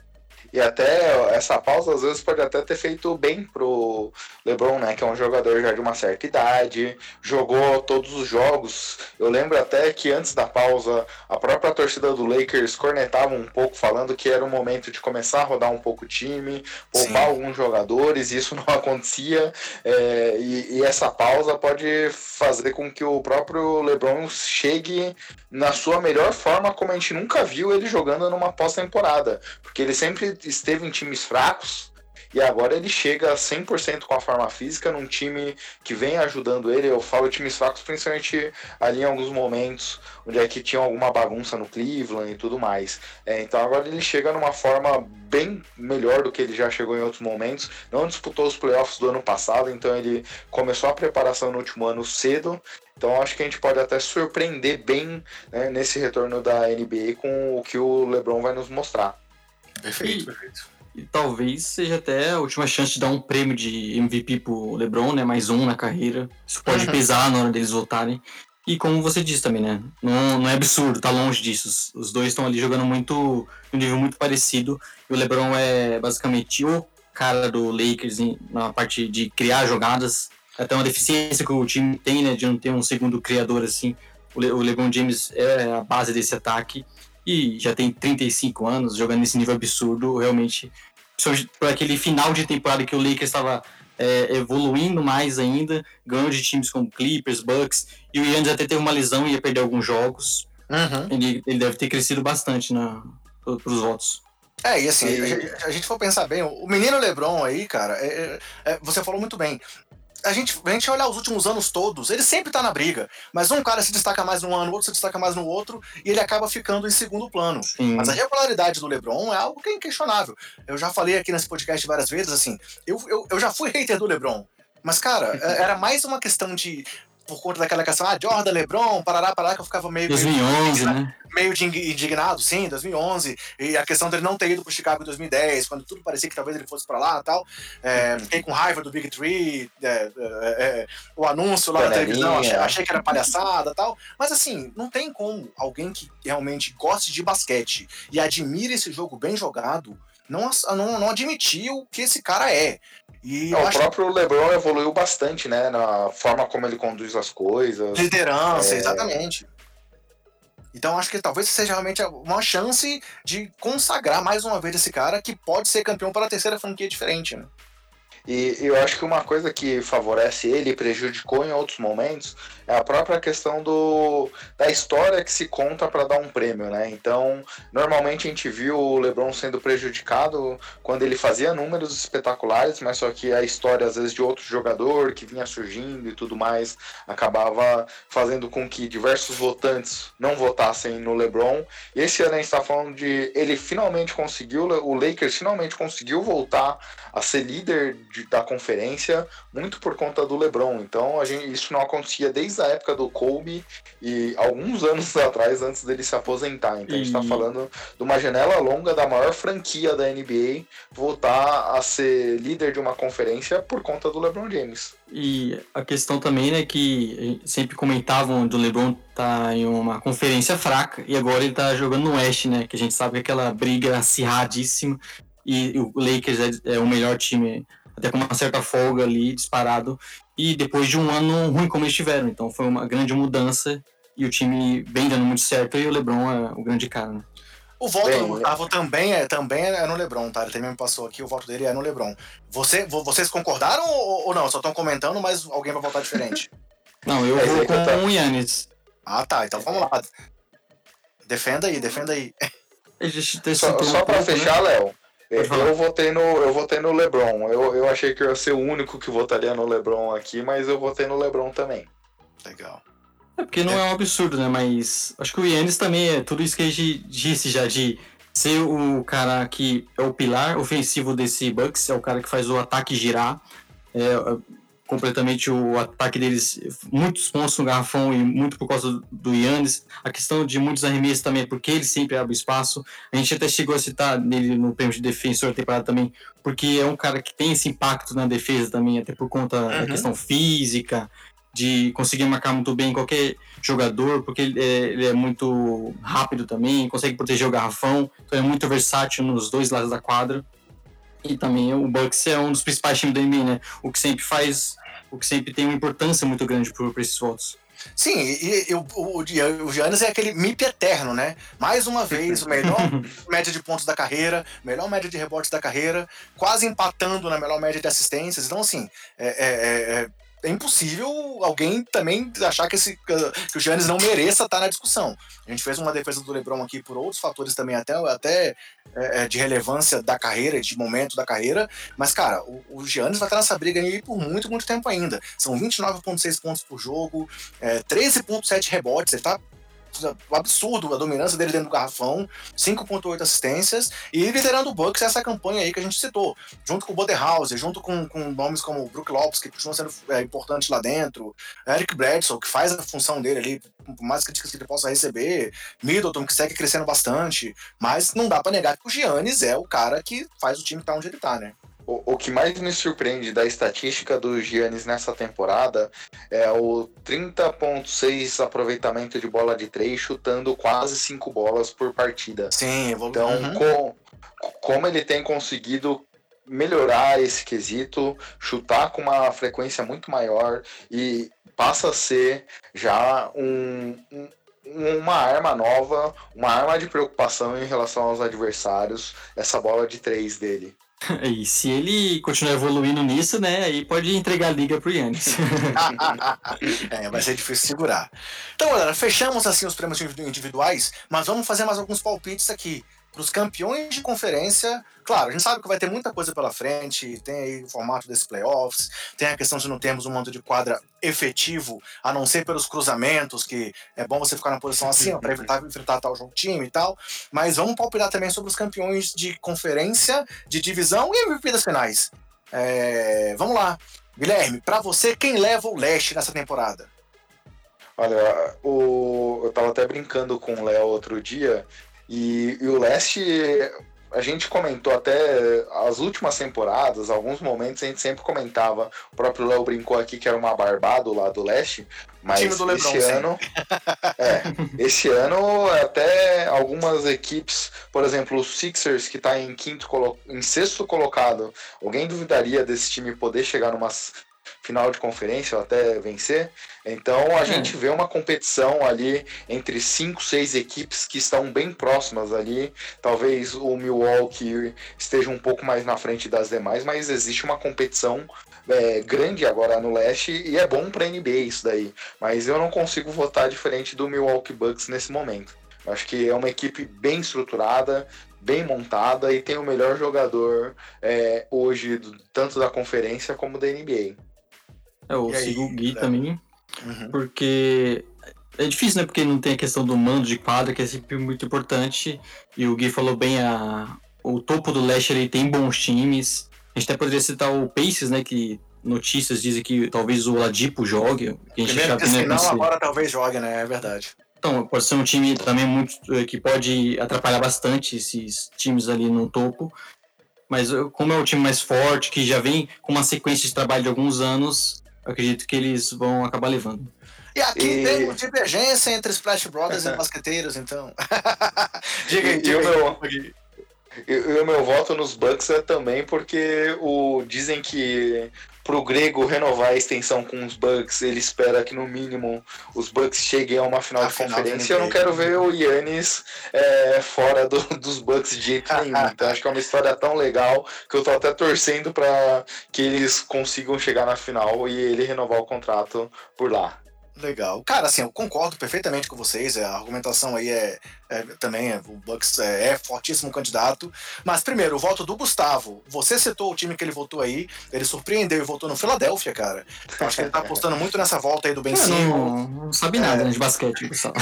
E até essa pausa, às vezes, pode até ter feito bem pro LeBron, né? Que é um jogador já de uma certa idade, jogou todos os jogos. Eu lembro até que antes da pausa, a própria torcida do Lakers cornetava um pouco, falando que era o momento de começar a rodar um pouco o time, poupar Sim. alguns jogadores, e isso não acontecia. É, e, e essa pausa pode fazer com que o próprio LeBron chegue na sua melhor forma, como a gente nunca viu ele jogando numa pós-temporada. Porque ele sempre esteve em times fracos, e agora ele chega cem por cento com a forma física num time que vem ajudando ele. Eu falo times fracos principalmente ali em alguns momentos, onde é que tinha alguma bagunça no Cleveland e tudo mais. É, então agora ele chega numa forma bem melhor do que ele já chegou em outros momentos. Não disputou os playoffs do ano passado, então ele começou a preparação no último ano cedo. Então acho que a gente pode até surpreender bem, né, nesse retorno da N B A com o que o LeBron vai nos mostrar. Perfeito, e, perfeito. E talvez seja até a última chance de dar um prêmio de M V P pro LeBron, né? Mais um na carreira. Isso pode uhum. pesar na hora deles voltarem. E como você disse também, né? Não, não é absurdo, tá longe disso. Os, os dois estão ali jogando muito, um nível muito parecido. E o LeBron é basicamente o cara do Lakers na parte de criar jogadas. Até uma deficiência que o time tem, né? De não ter um segundo criador assim. O, Le, o LeBron James é a base desse ataque. E já tem trinta e cinco anos, jogando nesse nível absurdo, realmente, por aquele final de temporada que o Lakers estava é, evoluindo mais ainda, ganhou de times como Clippers, Bucks, e o Giannis até teve uma lesão e ia perder alguns jogos. Uhum. Ele, ele deve ter crescido bastante na, pros votos. É, e assim, e... a gente for pensar bem, o menino LeBron aí, cara, é, é, você falou muito bem. A gente, a gente olhar os últimos anos todos, ele sempre tá na briga, mas um cara se destaca mais num ano, o outro se destaca mais no outro, e ele acaba ficando em segundo plano. Sim. Mas a regularidade do LeBron é algo que é inquestionável. Eu já falei aqui nesse podcast várias vezes, assim, eu, eu, eu já fui hater do LeBron, mas, cara, era mais uma questão de... por conta daquela questão, ah, Jordan, LeBron, parará, parará, que eu ficava meio... dois mil e onze, meio, né? Meio de indignado, sim, dois mil e onze, e a questão dele não ter ido pro Chicago em dois mil e dez, quando tudo parecia que talvez ele fosse pra lá e tal, é, fiquei com raiva do Big Three, é, é, é, o anúncio lá na televisão, achei, achei que era palhaçada e tal, mas assim, não tem como alguém que realmente goste de basquete e admire esse jogo bem jogado, não, não, não admitir o que esse cara é. E não, o próprio que... LeBron evoluiu bastante, né, na forma como ele conduz as coisas. Liderança, é... exatamente. Então acho que talvez seja realmente uma chance de consagrar mais uma vez esse cara que pode ser campeão para a terceira franquia diferente, né? E eu acho que uma coisa que favorece ele e prejudicou em outros momentos é a própria questão do, da história que se conta para dar um prêmio, né? Então, normalmente a gente viu o LeBron sendo prejudicado quando ele fazia números espetaculares, mas só que a história, às vezes, de outro jogador que vinha surgindo e tudo mais, acabava fazendo com que diversos votantes não votassem no LeBron. E esse ano a gente está falando de... ele finalmente conseguiu, o Lakers finalmente conseguiu voltar a ser líder de, da conferência, muito por conta do LeBron. Então, a gente, isso não acontecia desde a época do Kobe e alguns anos atrás, antes dele se aposentar. Então, e... a gente está falando de uma janela longa da maior franquia da N B A voltar a ser líder de uma conferência por conta do LeBron James. E a questão também, né, que sempre comentavam do LeBron tá em uma conferência fraca e agora ele tá jogando no Oeste, né, que a gente sabe que aquela briga acirradíssima. E o Lakers é, é o melhor time, até com uma certa folga ali, disparado. E depois de um ano ruim como eles tiveram. Então foi uma grande mudança e o time bem dando muito certo. E o LeBron é o grande cara, né? O voto bem, do Gustavo também é, também é no LeBron, tá? Ele também me passou aqui, o voto dele é no LeBron. Você, vocês concordaram ou, ou não? Só estão comentando, mas alguém vai votar diferente? Não, eu é, vou com tá... o Giannis. Ah, tá. Então vamos lá. Defenda aí, defenda aí. Só, só pra fechar, né? Léo. Eu votei, no, eu votei no LeBron. Eu, eu achei que eu ia ser o único que votaria no LeBron aqui, mas eu votei no LeBron também. Legal. É porque não é um absurdo, né? Mas acho que o Giannis também é tudo isso que a gente disse já, de ser o cara que é o pilar ofensivo desse Bucks, é o cara que faz o ataque girar. É, completamente o ataque deles, muitos pontos no garrafão e muito por causa do Giannis. A questão de muitos arremessos também, porque ele sempre abre espaço. A gente até chegou a citar nele no prêmio de defensor da temporada também, porque é um cara que tem esse impacto na defesa também, até por conta uhum. da questão física. de conseguir marcar muito bem qualquer jogador, porque ele é, ele é muito rápido também, consegue proteger o garrafão, então é muito versátil nos dois lados da quadra. E também o Bucks é um dos principais times da N B A, né? O que sempre faz, o que sempre tem uma importância muito grande para esses votos. Sim, e, e o, o, o Giannis é aquele M I P eterno, né? Mais uma vez, o melhor média de pontos da carreira, melhor média de rebotes da carreira, quase empatando na melhor média de assistências. Então, assim, é, é, é, é impossível alguém também achar que, esse, que o Giannis não mereça estar na discussão. A gente fez uma defesa do LeBron aqui por outros fatores também, até, até é, de relevância da carreira, de momento da carreira, mas, cara, o, o Giannis vai estar nessa briga aí por muito, muito tempo ainda. São vinte e nove vírgula seis pontos por jogo, é, treze vírgula sete rebotes, ele tá um absurdo a dominância dele dentro do garrafão, cinco vírgula oito assistências, e liderando o Bucks essa campanha aí que a gente citou, junto com o Budenholzer, junto com, com nomes como o Brook Lopes, que continua sendo é, importante lá dentro, Eric Bledsoe, que faz a função dele ali, por mais críticas que ele possa receber, Middleton, que segue crescendo bastante, mas não dá pra negar que o Giannis é o cara que faz o time estar onde ele tá, né? O, o que mais me surpreende da estatística do Giannis nessa temporada é o trinta vírgula seis aproveitamento de bola de três, chutando quase cinco bolas por partida. Sim, evolu... Então, uhum. com, como ele tem conseguido melhorar esse quesito, chutar com uma frequência muito maior e passa a ser já um, um uma arma nova, uma arma de preocupação em relação aos adversários, essa bola de três dele. E se ele continuar evoluindo nisso, né, aí pode entregar a liga pro Giannis. É, vai ser difícil segurar. Então, galera, fechamos assim os prêmios individuais, mas vamos fazer mais alguns palpites aqui. Para os campeões de conferência, claro, a gente sabe que vai ter muita coisa pela frente, tem aí o formato desses playoffs, tem a questão de não termos um mando de quadra efetivo, a não ser pelos cruzamentos, que é bom você ficar na posição acima para evitar enfrentar tal jogo time e tal, mas vamos palpitar também sobre os campeões de conferência, de divisão e M V P das finais. É, vamos lá, Guilherme, para você, quem leva o leste nessa temporada? Olha, o... eu tava até brincando com o Léo outro dia, E, e o leste, a gente comentou até as últimas temporadas, alguns momentos a gente sempre comentava, o próprio Léo brincou aqui que era uma barbado lá do leste, mas time do LeBron, esse ano, é, esse ano até algumas equipes, por exemplo, o Sixers, que está em quinto, em sexto colocado, alguém duvidaria desse time poder chegar numa final de conferência ou até vencer? Então a é. gente vê uma competição ali entre cinco, seis equipes que estão bem próximas ali. Talvez o Milwaukee esteja um pouco mais na frente das demais, mas existe uma competição é, grande agora no leste e é bom para a N B A isso daí. Mas eu não consigo votar diferente do Milwaukee Bucks nesse momento. Acho que é uma equipe bem estruturada, bem montada e tem o melhor jogador é, hoje, tanto da conferência como da N B A. Eu sigo o Gui também, uhum. porque é difícil, né? Porque não tem a questão do mando de quadra, que é sempre muito importante. E o Gui falou bem, a, o topo do leste ele tem bons times. A gente até poderia citar o Pacers, né? Que notícias dizem que talvez o Oladipo jogue. Que a gente já tem, não, agora talvez jogue, né? É verdade. Então, pode ser um time também muito que pode atrapalhar bastante esses times ali no topo. Mas como é um time mais forte, que já vem com uma sequência de trabalho de alguns anos, eu acredito que eles vão acabar levando. E aqui e... temos divergência entre Splash Brothers e basqueteiros, então. Diga aí, diga aí. E o meu voto nos Bucks é também porque o, dizem que pro Grego renovar a extensão com os Bucks, ele espera que no mínimo os Bucks cheguem a uma final a de final conferência. Eu não quero ver o Giannis é, fora do, dos Bucks de jeito nenhum. Então acho que é uma história tão legal que eu tô até torcendo para que eles consigam chegar na final e ele renovar o contrato por lá. Legal. Cara, assim, eu concordo perfeitamente com vocês. A argumentação aí é, é também, é, o Bucks é, é fortíssimo candidato. Mas, primeiro, o voto do Gustavo. Você citou o time que ele votou aí. Ele surpreendeu e votou no Philadelphia, cara. Então, acho que ele tá apostando muito nessa volta aí do Ben Simmons. Não, não sabe nada, é. né, de basquete, Gustavo.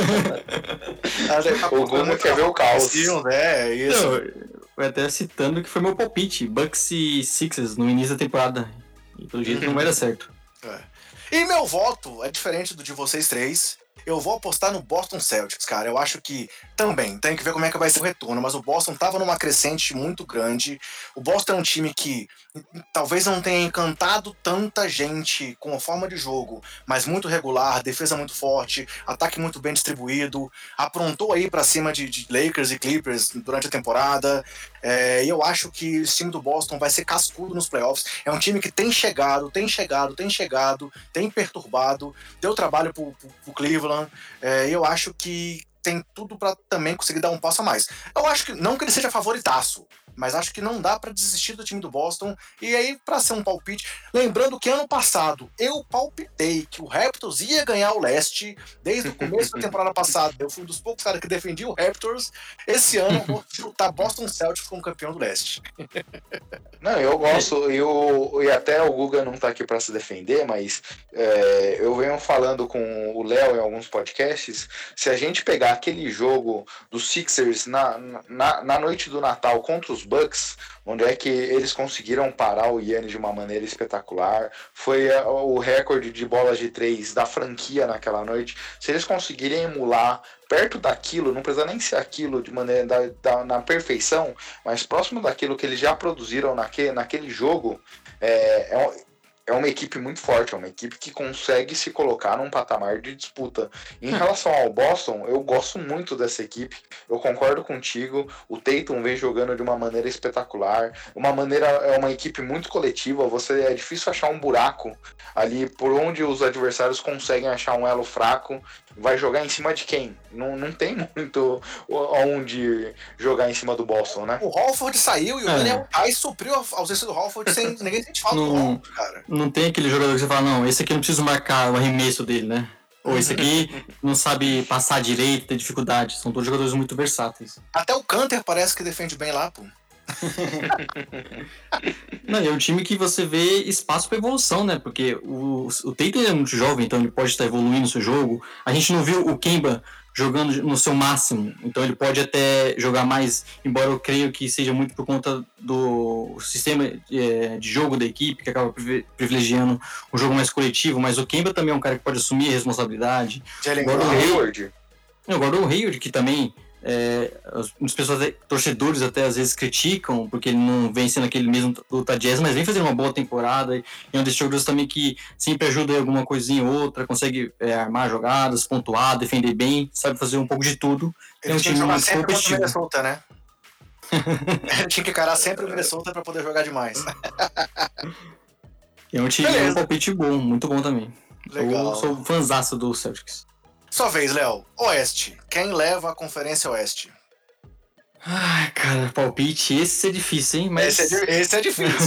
tá o Gumo quer ver o caos. Simmons, é, isso. Não, eu até citando que foi meu palpite. Bucks e Sixers no início da temporada. E pelo jeito uhum. não vai dar certo. É. E meu voto é diferente do de vocês três. eu vou apostar no Boston Celtics, cara. Eu acho que também, tem que ver como é que vai ser o retorno, mas o Boston tava numa crescente muito grande. O Boston é um time que talvez não tenha encantado tanta gente com a forma de jogo, mas muito regular, defesa muito forte, ataque muito bem distribuído, aprontou aí pra cima de, de Lakers e Clippers durante a temporada. É, e eu acho que esse time do Boston vai ser cascudo nos playoffs. É um time que tem chegado, tem chegado, tem chegado, tem perturbado, deu trabalho pro, pro, pro Cleveland. É, eu acho que tem tudo pra também conseguir dar um passo a mais. Eu acho que, não que ele seja favoritaço, mas acho que não dá pra desistir do time do Boston. E aí, pra ser um palpite, lembrando que ano passado eu palpitei que o Raptors ia ganhar o leste desde o começo da temporada passada. Eu fui um dos poucos caras que defendia o Raptors. Esse ano eu vou chutar Boston Celtics como campeão do leste. Não, eu gosto, eu, e até o Guga não tá aqui pra se defender, mas é, eu venho falando com o Léo em alguns podcasts. Se a gente pegar aquele jogo dos Sixers na, na, na noite do Natal contra os Bucks, onde é que eles conseguiram parar o Giannis de uma maneira espetacular, foi o recorde de bolas de três da franquia naquela noite. Se eles conseguirem emular perto daquilo, não precisa nem ser aquilo de maneira da, da, na perfeição, mas próximo daquilo que eles já produziram naque, naquele jogo, é, é um, é uma equipe muito forte, é uma equipe que consegue se colocar num patamar de disputa. Em relação ao Boston, eu gosto muito dessa equipe, eu concordo contigo, o Tatum vem jogando de uma maneira espetacular, uma maneira, é uma equipe muito coletiva, você, é difícil achar um buraco ali por onde os adversários conseguem achar um elo fraco. Vai jogar em cima de quem? Não, não tem muito onde jogar em cima do Boston, né? O Horford saiu e o é. Daniel Tais supriu a ausência do Horford sem ninguém sente falta do Horford, cara. Não tem aquele jogador que você fala, não, esse aqui não preciso marcar o arremesso dele, né? Ou esse aqui não sabe passar direito, tem dificuldade. São todos jogadores muito versáteis. Até o Canter parece que defende bem lá, pô. Não, é um time que você vê espaço para evolução, né? Porque o, o Tatum é muito jovem, então ele pode estar evoluindo no seu jogo. A gente não viu o Kemba jogando no seu máximo, então ele pode até jogar mais, embora eu creio que seja muito por conta do sistema é, de jogo da equipe, que acaba privilegiando um jogo mais coletivo, mas o Kemba também é um cara que pode assumir a responsabilidade. Agora o Hayward. Agora o Hayward, que também É, as pessoas, torcedores até às vezes criticam porque ele não vem sendo aquele mesmo do Tadias, mas vem fazendo uma boa temporada e é um desses jogadores também que sempre ajuda em alguma coisinha ou outra, consegue é, armar jogadas, pontuar, defender bem, sabe fazer um pouco de tudo. Ele é um time muito competitivo. O Minnesota, né? Ele tinha que encarar sempre o Minnesota para poder jogar demais. É um time, é um palpite bom, muito bom também. Legal. Eu sou fãzaço do Celtics. Sua vez, Léo. Oeste. Quem leva a Conferência Oeste? Ai, cara, palpite, esse é difícil, hein? Mas... Esse, é, esse é difícil.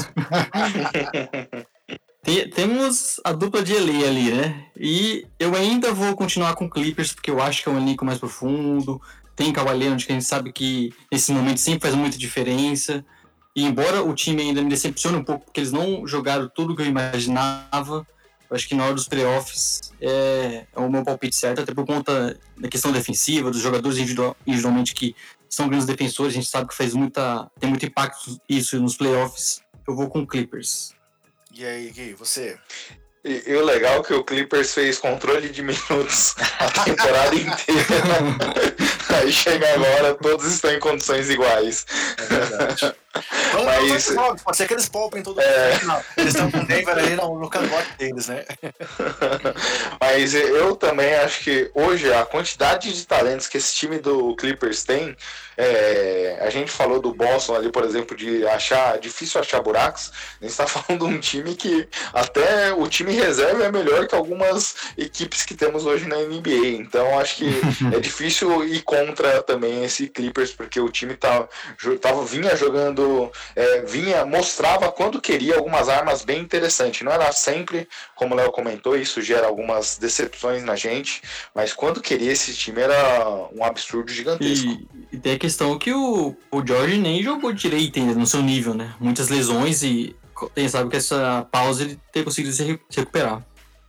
Tem, temos a dupla de L A ali, né? E eu ainda vou continuar com o Clippers, porque eu acho que é um elenco mais profundo. Tem Kawhi Leonard, que a gente sabe que nesse momento sempre faz muita diferença. E embora o time ainda me decepcione um pouco, porque eles não jogaram tudo que eu imaginava, eu acho que na hora dos playoffs é, é o meu palpite certo, até por conta da questão defensiva, dos jogadores individual, individualmente que são grandes defensores, a gente sabe que faz muita, tem muito impacto isso nos playoffs. Eu vou com o Clippers. E aí, Gui, você? E, e o legal é que o Clippers fez controle de minutos a temporada inteira. Aí chega agora, todos estão em condições iguais. É verdade. Mas, mas pode ser que eles poupem todo é... mundo. Eles estão com o Denver ali no, no cangote deles, né? Mas eu também acho que hoje a quantidade de talentos que esse time do Clippers tem, é, a gente falou do Boston ali, por exemplo, de achar difícil achar buracos. A gente está falando de um time que até o time reserva é melhor que algumas equipes que temos hoje na N B A. Então acho que é difícil ir contra também esse Clippers, porque o time tá, tava, vinha jogando, é, vinha, mostrava quando queria algumas armas bem interessantes. Não era sempre, como o Léo comentou, isso gera algumas decepções na gente, mas quando queria esse time era um absurdo gigantesco. E, e tem a questão que o, o George nem jogou direito ainda no seu nível, né? Muitas lesões e quem sabe que essa pausa ele ter conseguido se recuperar.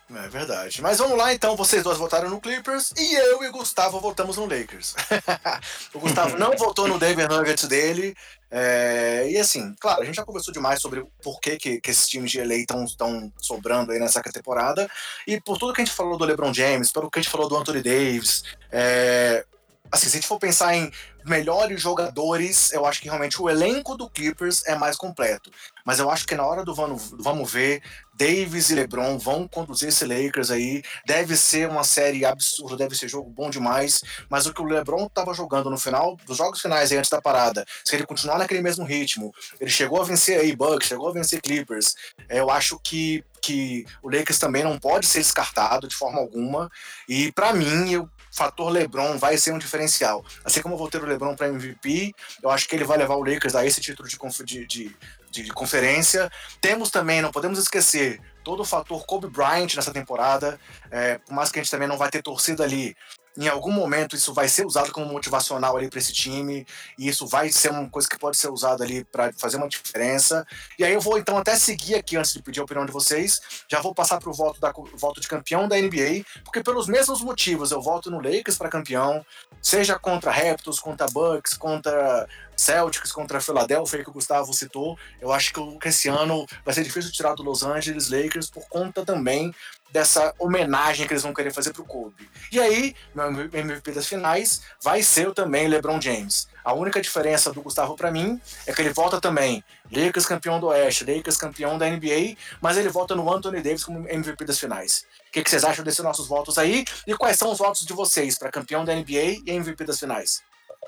É verdade. Mas vamos lá então, vocês dois votaram no Clippers e eu e o Gustavo votamos no Lakers. O Gustavo não votou no Denver Nuggets dele. É... E assim, claro, a gente já conversou demais sobre por que, que, que esses times de L A estão sobrando aí nessa temporada. E por tudo que a gente falou do LeBron James, pelo que a gente falou do Anthony Davis. É... Assim, se a gente for pensar em melhores jogadores, eu acho que realmente o elenco do Clippers é mais completo. Mas eu acho que na hora do vamos, vamos ver, Davis e LeBron vão conduzir esse Lakers aí. Deve ser uma série absurda, deve ser jogo bom demais. Mas o que o LeBron estava jogando no final, dos jogos finais aí antes da parada, se ele continuar naquele mesmo ritmo, ele chegou a vencer aí Bucks, chegou a vencer Clippers. Eu acho que, que o Lakers também não pode ser descartado de forma alguma. E para mim, eu fator LeBron vai ser um diferencial. Assim como eu vou ter o LeBron para M V P, eu acho que ele vai levar o Lakers a esse título de, de, de, de conferência. Temos também, não podemos esquecer, todo o fator Kobe Bryant nessa temporada, é, por mais que a gente também não vai ter torcida ali, em algum momento isso vai ser usado como motivacional ali para esse time, e isso vai ser uma coisa que pode ser usada ali para fazer uma diferença. E aí eu vou então até seguir aqui, antes de pedir a opinião de vocês, já vou passar para o voto, da, voto de campeão da N B A, porque pelos mesmos motivos eu voto no Lakers para campeão, seja contra Raptors, contra Bucks, contra Celtics, contra Philadelphia, que o Gustavo citou. Eu acho que esse ano vai ser difícil tirar do Los Angeles Lakers por conta também dessa homenagem que eles vão querer fazer pro Kobe. E aí, meu M V P das finais vai ser também LeBron James. A única diferença do Gustavo para mim é que ele volta também Lakers campeão do Oeste, Lakers campeão da N B A, mas ele volta no Anthony Davis como M V P das finais. O que, que vocês acham desses nossos votos aí? E quais são os votos de vocês para campeão da N B A e M V P das finais?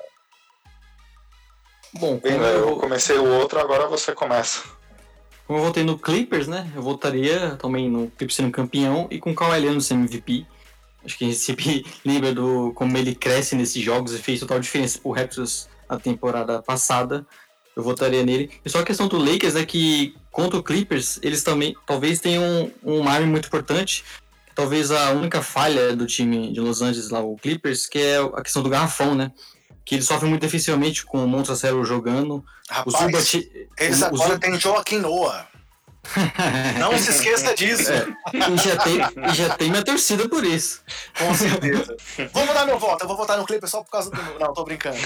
Bom, Bem, eu comecei o outro, agora você começa. Como eu votei no Clippers, né? Eu votaria também no Clippers sendo campeão e com o Kawhi Leonard sendo M V P. Acho que a gente sempre lembra do como ele cresce nesses jogos e fez total diferença pro Raptors na temporada passada. Eu votaria nele. E só a questão do Lakers é que contra o Clippers, eles também talvez tenham um, um arma muito importante. Talvez a única falha do time de Los Angeles lá, o Clippers, que é a questão do garrafão, né? Que eles sofrem muito defensivamente com o Montrezl jogando. Rapaz, o Zubat, eles o, agora o Zubat... têm Joaquim Noah. Não se esqueça disso. É, e, já tem, e já tem minha torcida por isso. Com certeza. Vou mudar meu voto. Eu vou votar no Clippers só por causa do... Não, tô brincando.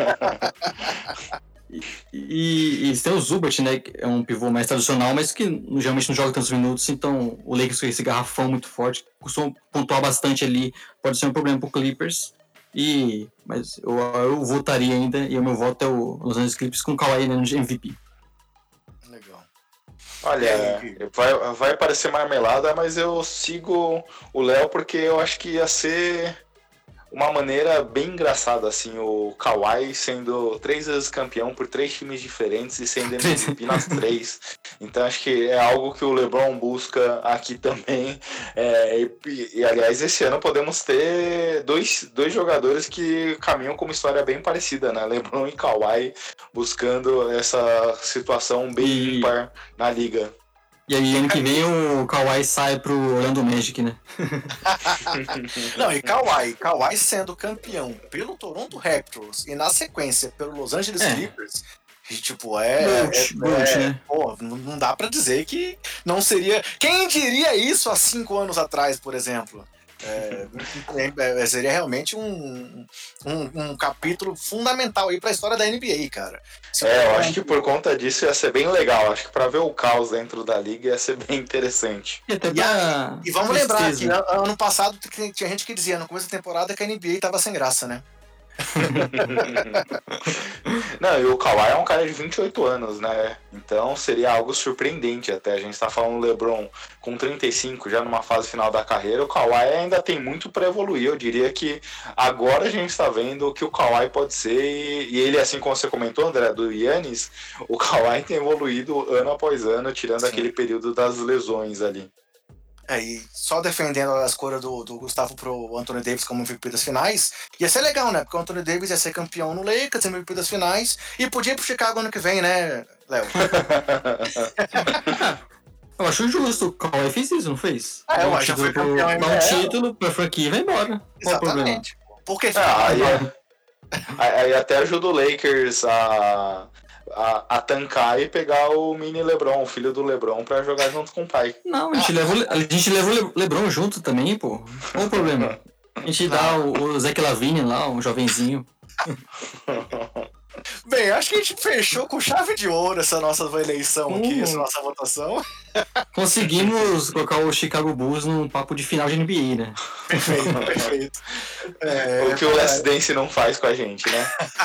E, e, e eles têm o Zubat, né? Que é um pivô mais tradicional, mas que geralmente não joga tantos minutos. Então o Lakers com esse garrafão muito forte, costuma pontuar bastante ali. Pode ser um problema pro Clippers. E, mas eu, eu votaria ainda, e o meu voto é o Los Angeles Clippers com o Kawhi Leonard de M V P. Legal. Olha, vai, vai parecer marmelada, mas eu sigo o Léo porque eu acho que ia ser uma maneira bem engraçada, assim, o Kawhi sendo três vezes campeão por três times diferentes e sendo M V P nas três. Então acho que é algo que o LeBron busca aqui também. É, e, e, aliás, esse ano podemos ter dois, dois jogadores que caminham com uma história bem parecida, né? LeBron e Kawhi buscando essa situação bem E- ímpar na liga. E aí, ano que vem, o Kawhi sai pro Orlando Magic, né? Não, e Kawhi, Kawhi sendo campeão pelo Toronto Raptors e na sequência pelo Los Angeles É. Clippers, e, tipo, é, Bolt, é, Bolt, é- né? pô, não, não dá pra dizer que não seria. Quem diria isso há cinco anos atrás, por exemplo? É, é, seria realmente um, um, um capítulo fundamental aí pra história da N B A, cara. Se É, eu for- acho que por conta disso ia ser bem legal. Acho que pra ver o caos dentro da liga ia ser bem interessante. E até E pra... E vamos lembrar tristeza. que an- ano passado t- tinha gente que dizia no começo da temporada que a N B A tava sem graça, né? Não, e o Kawhi é um cara de vinte e oito anos, né? Então seria algo surpreendente até. A gente tá falando do LeBron com trinta e cinco, já numa fase final da carreira. O Kawhi ainda tem muito para evoluir. Eu diria que agora a gente tá vendo o que o Kawhi pode ser. E, e ele, assim como você comentou, André, do Giannis, o Kawhi tem evoluído ano após ano, tirando Sim. aquele período das lesões ali. É, e só defendendo a escolha do, do Gustavo pro Anthony Davis como M V P das finais, ia ser legal, né? Porque o Anthony Davis ia ser campeão no Lakers, M V P das finais, e podia ir pro Chicago ano que vem, né, Léo? Eu acho justo, o Kawhi fez isso, não fez? Ah, eu Dá um acho, já foi título pro- campeão, Dá um é. título pra franquia e vai embora. Qual o problema? Exatamente. Porque Ah, aí, aí até ajuda o Lakers a a, a tancar e pegar o mini LeBron, o filho do LeBron, pra jogar junto com o pai. Não, a gente leva o, a gente leva o Le- LeBron junto também, pô. Qual o problema? A gente dá o, o Zach Lavine lá, um jovenzinho. Bem, acho que a gente fechou com chave de ouro essa nossa eleição aqui, Hum. essa nossa votação. Conseguimos colocar o Chicago Bulls num papo de final de N B A, né? Perfeito, perfeito. É, O que o Last Dance não faz com a gente, né?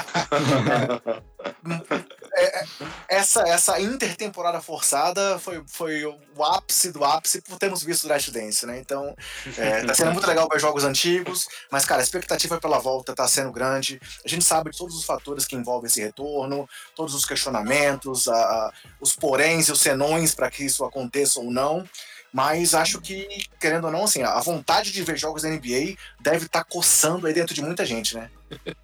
é, essa, essa intertemporada forçada foi, foi o ápice do ápice por termos visto o Last Dance, né? Então, é, tá sendo muito legal ver jogos antigos, mas, cara, a expectativa pela volta tá sendo grande. A gente sabe de todos os fatores que envolvem esse retorno, todos os questionamentos, a, a, os poréns e os senões para que isso aconteça ou não. Mas acho que, querendo ou não, assim, a vontade de ver jogos da N B A deve estar coçando aí dentro de muita gente, né?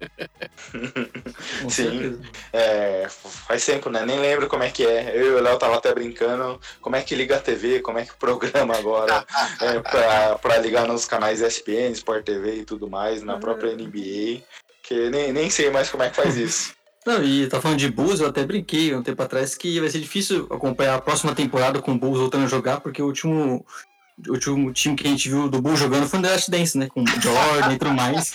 Com Sim. certeza. É, faz tempo, né? Nem lembro como é que é. Eu e o Léo tava até brincando como é que liga a T V, como é que programa agora é, pra, pra ligar nos canais E S P N, Sport T V e tudo mais, na própria N B A, que nem, nem sei mais como é que faz isso. Não, e tá falando de Bulls, eu até brinquei um tempo atrás que vai ser difícil acompanhar a próxima temporada com o Bulls voltando a jogar, porque o último, o último time que a gente viu do Bulls jogando foi no The Last Dance, né? Com Jordan e tudo mais.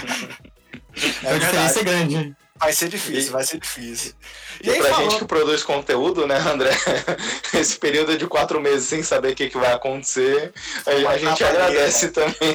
É a diferença é verdade. grande. Vai ser difícil, vai ser difícil. E, e pra gente que produz conteúdo, né, André? Esse período de quatro meses sem saber o que, que vai acontecer, a, a gente agradece também.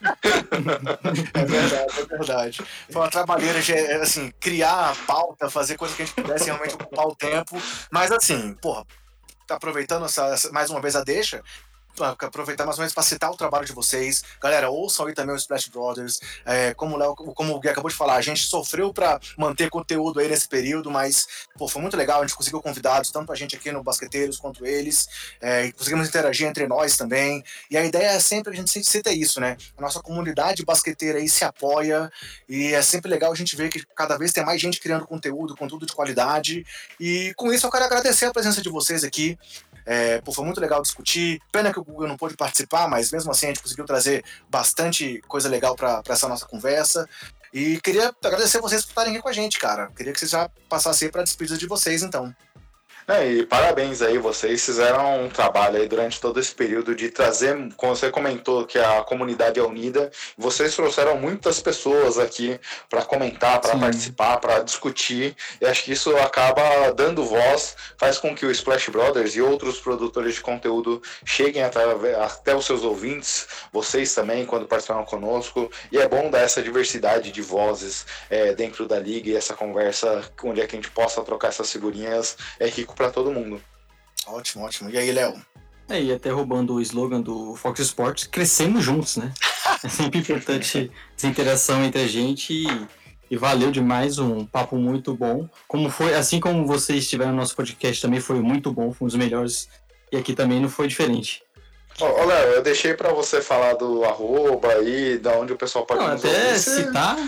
É verdade, é verdade. Foi uma trabalheira, assim, criar a pauta, fazer coisa que a gente pudesse realmente ocupar o tempo. Mas assim, porra, tá aproveitando essa, essa, mais uma vez a deixa. Aproveitar mais ou menos para citar o trabalho de vocês. Galera, ouçam aí também o Splash Brothers. É, como, o Léo, como o Gui acabou de falar, a gente sofreu para manter conteúdo aí nesse período, mas pô, foi muito legal. A gente conseguiu convidados, tanto a gente aqui no Basqueteiros quanto eles. É, e conseguimos interagir entre nós também. E a ideia é sempre, a gente sempre cita isso, né? A nossa comunidade basqueteira aí se apoia. E é sempre legal a gente ver que cada vez tem mais gente criando conteúdo, conteúdo de qualidade. E com isso eu quero agradecer a presença de vocês aqui. É, pô, foi muito legal discutir. Pena que o Google não pôde participar, mas mesmo assim a gente conseguiu trazer bastante coisa legal para essa nossa conversa. E queria agradecer vocês por estarem aqui com a gente, cara. Queria que vocês já passassem para a despedida de vocês, então. É, e parabéns aí, vocês fizeram um trabalho aí durante todo esse período de trazer, como você comentou, que a comunidade é unida, vocês trouxeram muitas pessoas aqui para comentar, para participar, para discutir, e acho que isso acaba dando voz, faz com que o Splash Brothers e outros produtores de conteúdo cheguem até, até os seus ouvintes, vocês também, quando participaram conosco, e é bom dar essa diversidade de vozes é, dentro da liga e essa conversa, onde é que a gente possa trocar essas figurinhas, é rico para todo mundo. Ótimo, ótimo. E aí, Léo? É, e até roubando o slogan do Fox Sports, crescemos juntos, né? É sempre importante essa interação entre a gente e, e valeu demais, um papo muito bom. Como foi, assim como vocês estiveram no nosso podcast também foi muito bom, foi um dos melhores, e aqui também não foi diferente. Ô, ô Léo, eu deixei pra você falar do arroba aí, da onde o pessoal pode Não, nos até ouvir. citar,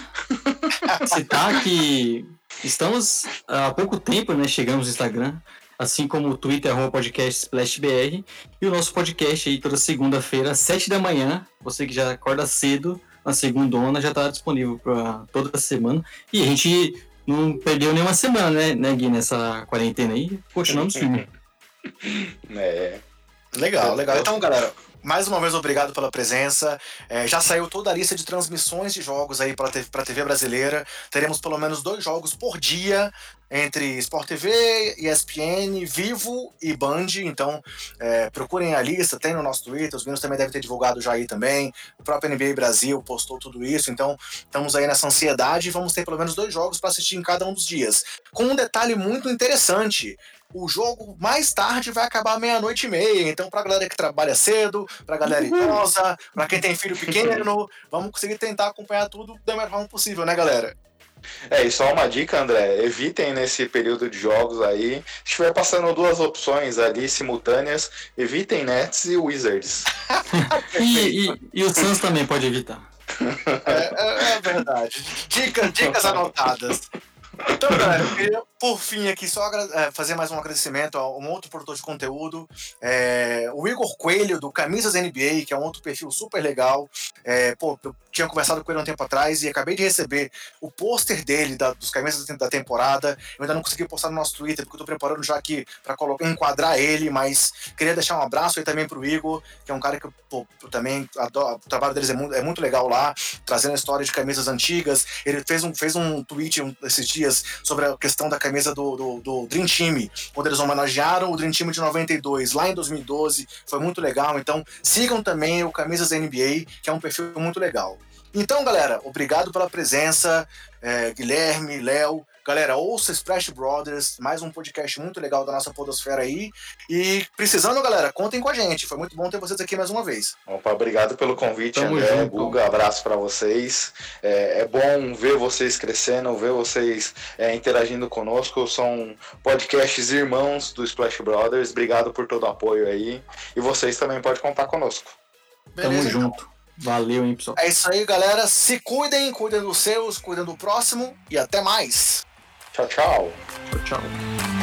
citar que estamos há pouco tempo, né? Chegamos no Instagram, assim como o Twitter, arroba podcast Splash B R, e o nosso podcast aí toda segunda-feira, às sete da manhã. Você que já acorda cedo, na segundona, já está disponível para toda semana. E a gente não perdeu nenhuma semana, né, né Gui, nessa quarentena aí. Continuamos firme. É. Legal, legal. Então, galera, mais uma vez obrigado pela presença. É, já saiu toda a lista de transmissões de jogos aí para a T V brasileira. Teremos pelo menos dois jogos por dia entre Sport T V, E S P N, Vivo e Band. Então, é, procurem a lista, tem no nosso Twitter. Os meninos também devem ter divulgado já aí também. O próprio N B A Brasil postou tudo isso. Então, estamos aí nessa ansiedade e vamos ter pelo menos dois jogos para assistir em cada um dos dias. Com um detalhe muito interessante. O jogo mais tarde vai acabar meia-noite e meia. Então, pra galera que trabalha cedo, pra galera idosa, pra quem tem filho pequeno, vamos conseguir tentar acompanhar tudo da melhor forma possível, né, galera? É, e só uma dica, André, evitem nesse período de jogos aí, se estiver passando duas opções ali simultâneas, evitem Nets e Wizards. e, e, e o Suns também pode evitar. É, é, é verdade. Dicas, dicas anotadas. Então, galera, eu queria Por fim, aqui, só é, fazer mais um agradecimento a um outro produtor de conteúdo, é, o Igor Coelho, do Camisas N B A, que é um outro perfil super legal. É, pô, eu tinha conversado com ele um tempo atrás e acabei de receber o pôster dele, da, dos Camisas da temporada. Eu ainda não consegui postar no nosso Twitter, porque eu tô preparando já aqui para enquadrar ele, mas queria deixar um abraço aí também pro Igor, que é um cara que pô, eu também adoro, o trabalho deles é muito, é muito legal lá, trazendo a história de camisas antigas. Ele fez um, fez um tweet um, esses dias sobre a questão da camisa do, do, do Dream Team, quando eles homenagearam o Dream Team de noventa e dois, lá em dois mil e doze, foi muito legal. Então sigam também o Camisas N B A, que é um perfil muito legal. Então, galera, obrigado pela presença, é, Guilherme, Léo. Galera, ouça Splash Brothers, mais um podcast muito legal da nossa podosfera aí. E precisando, galera, contem com a gente. Foi muito bom ter vocês aqui mais uma vez. Opa, obrigado pelo convite, Tamo André, junto. Guga, abraço para vocês. É, é bom ver vocês crescendo, ver vocês é, interagindo conosco. São podcasts irmãos do Splash Brothers. Obrigado por todo o apoio aí. E vocês também podem contar conosco. Beleza, Tamo junto. Então. Valeu, hein, pessoal. É isso aí, galera. Se cuidem, cuidem dos seus, cuidem do próximo e até mais. Tchau, tchau. Tchau, tchau.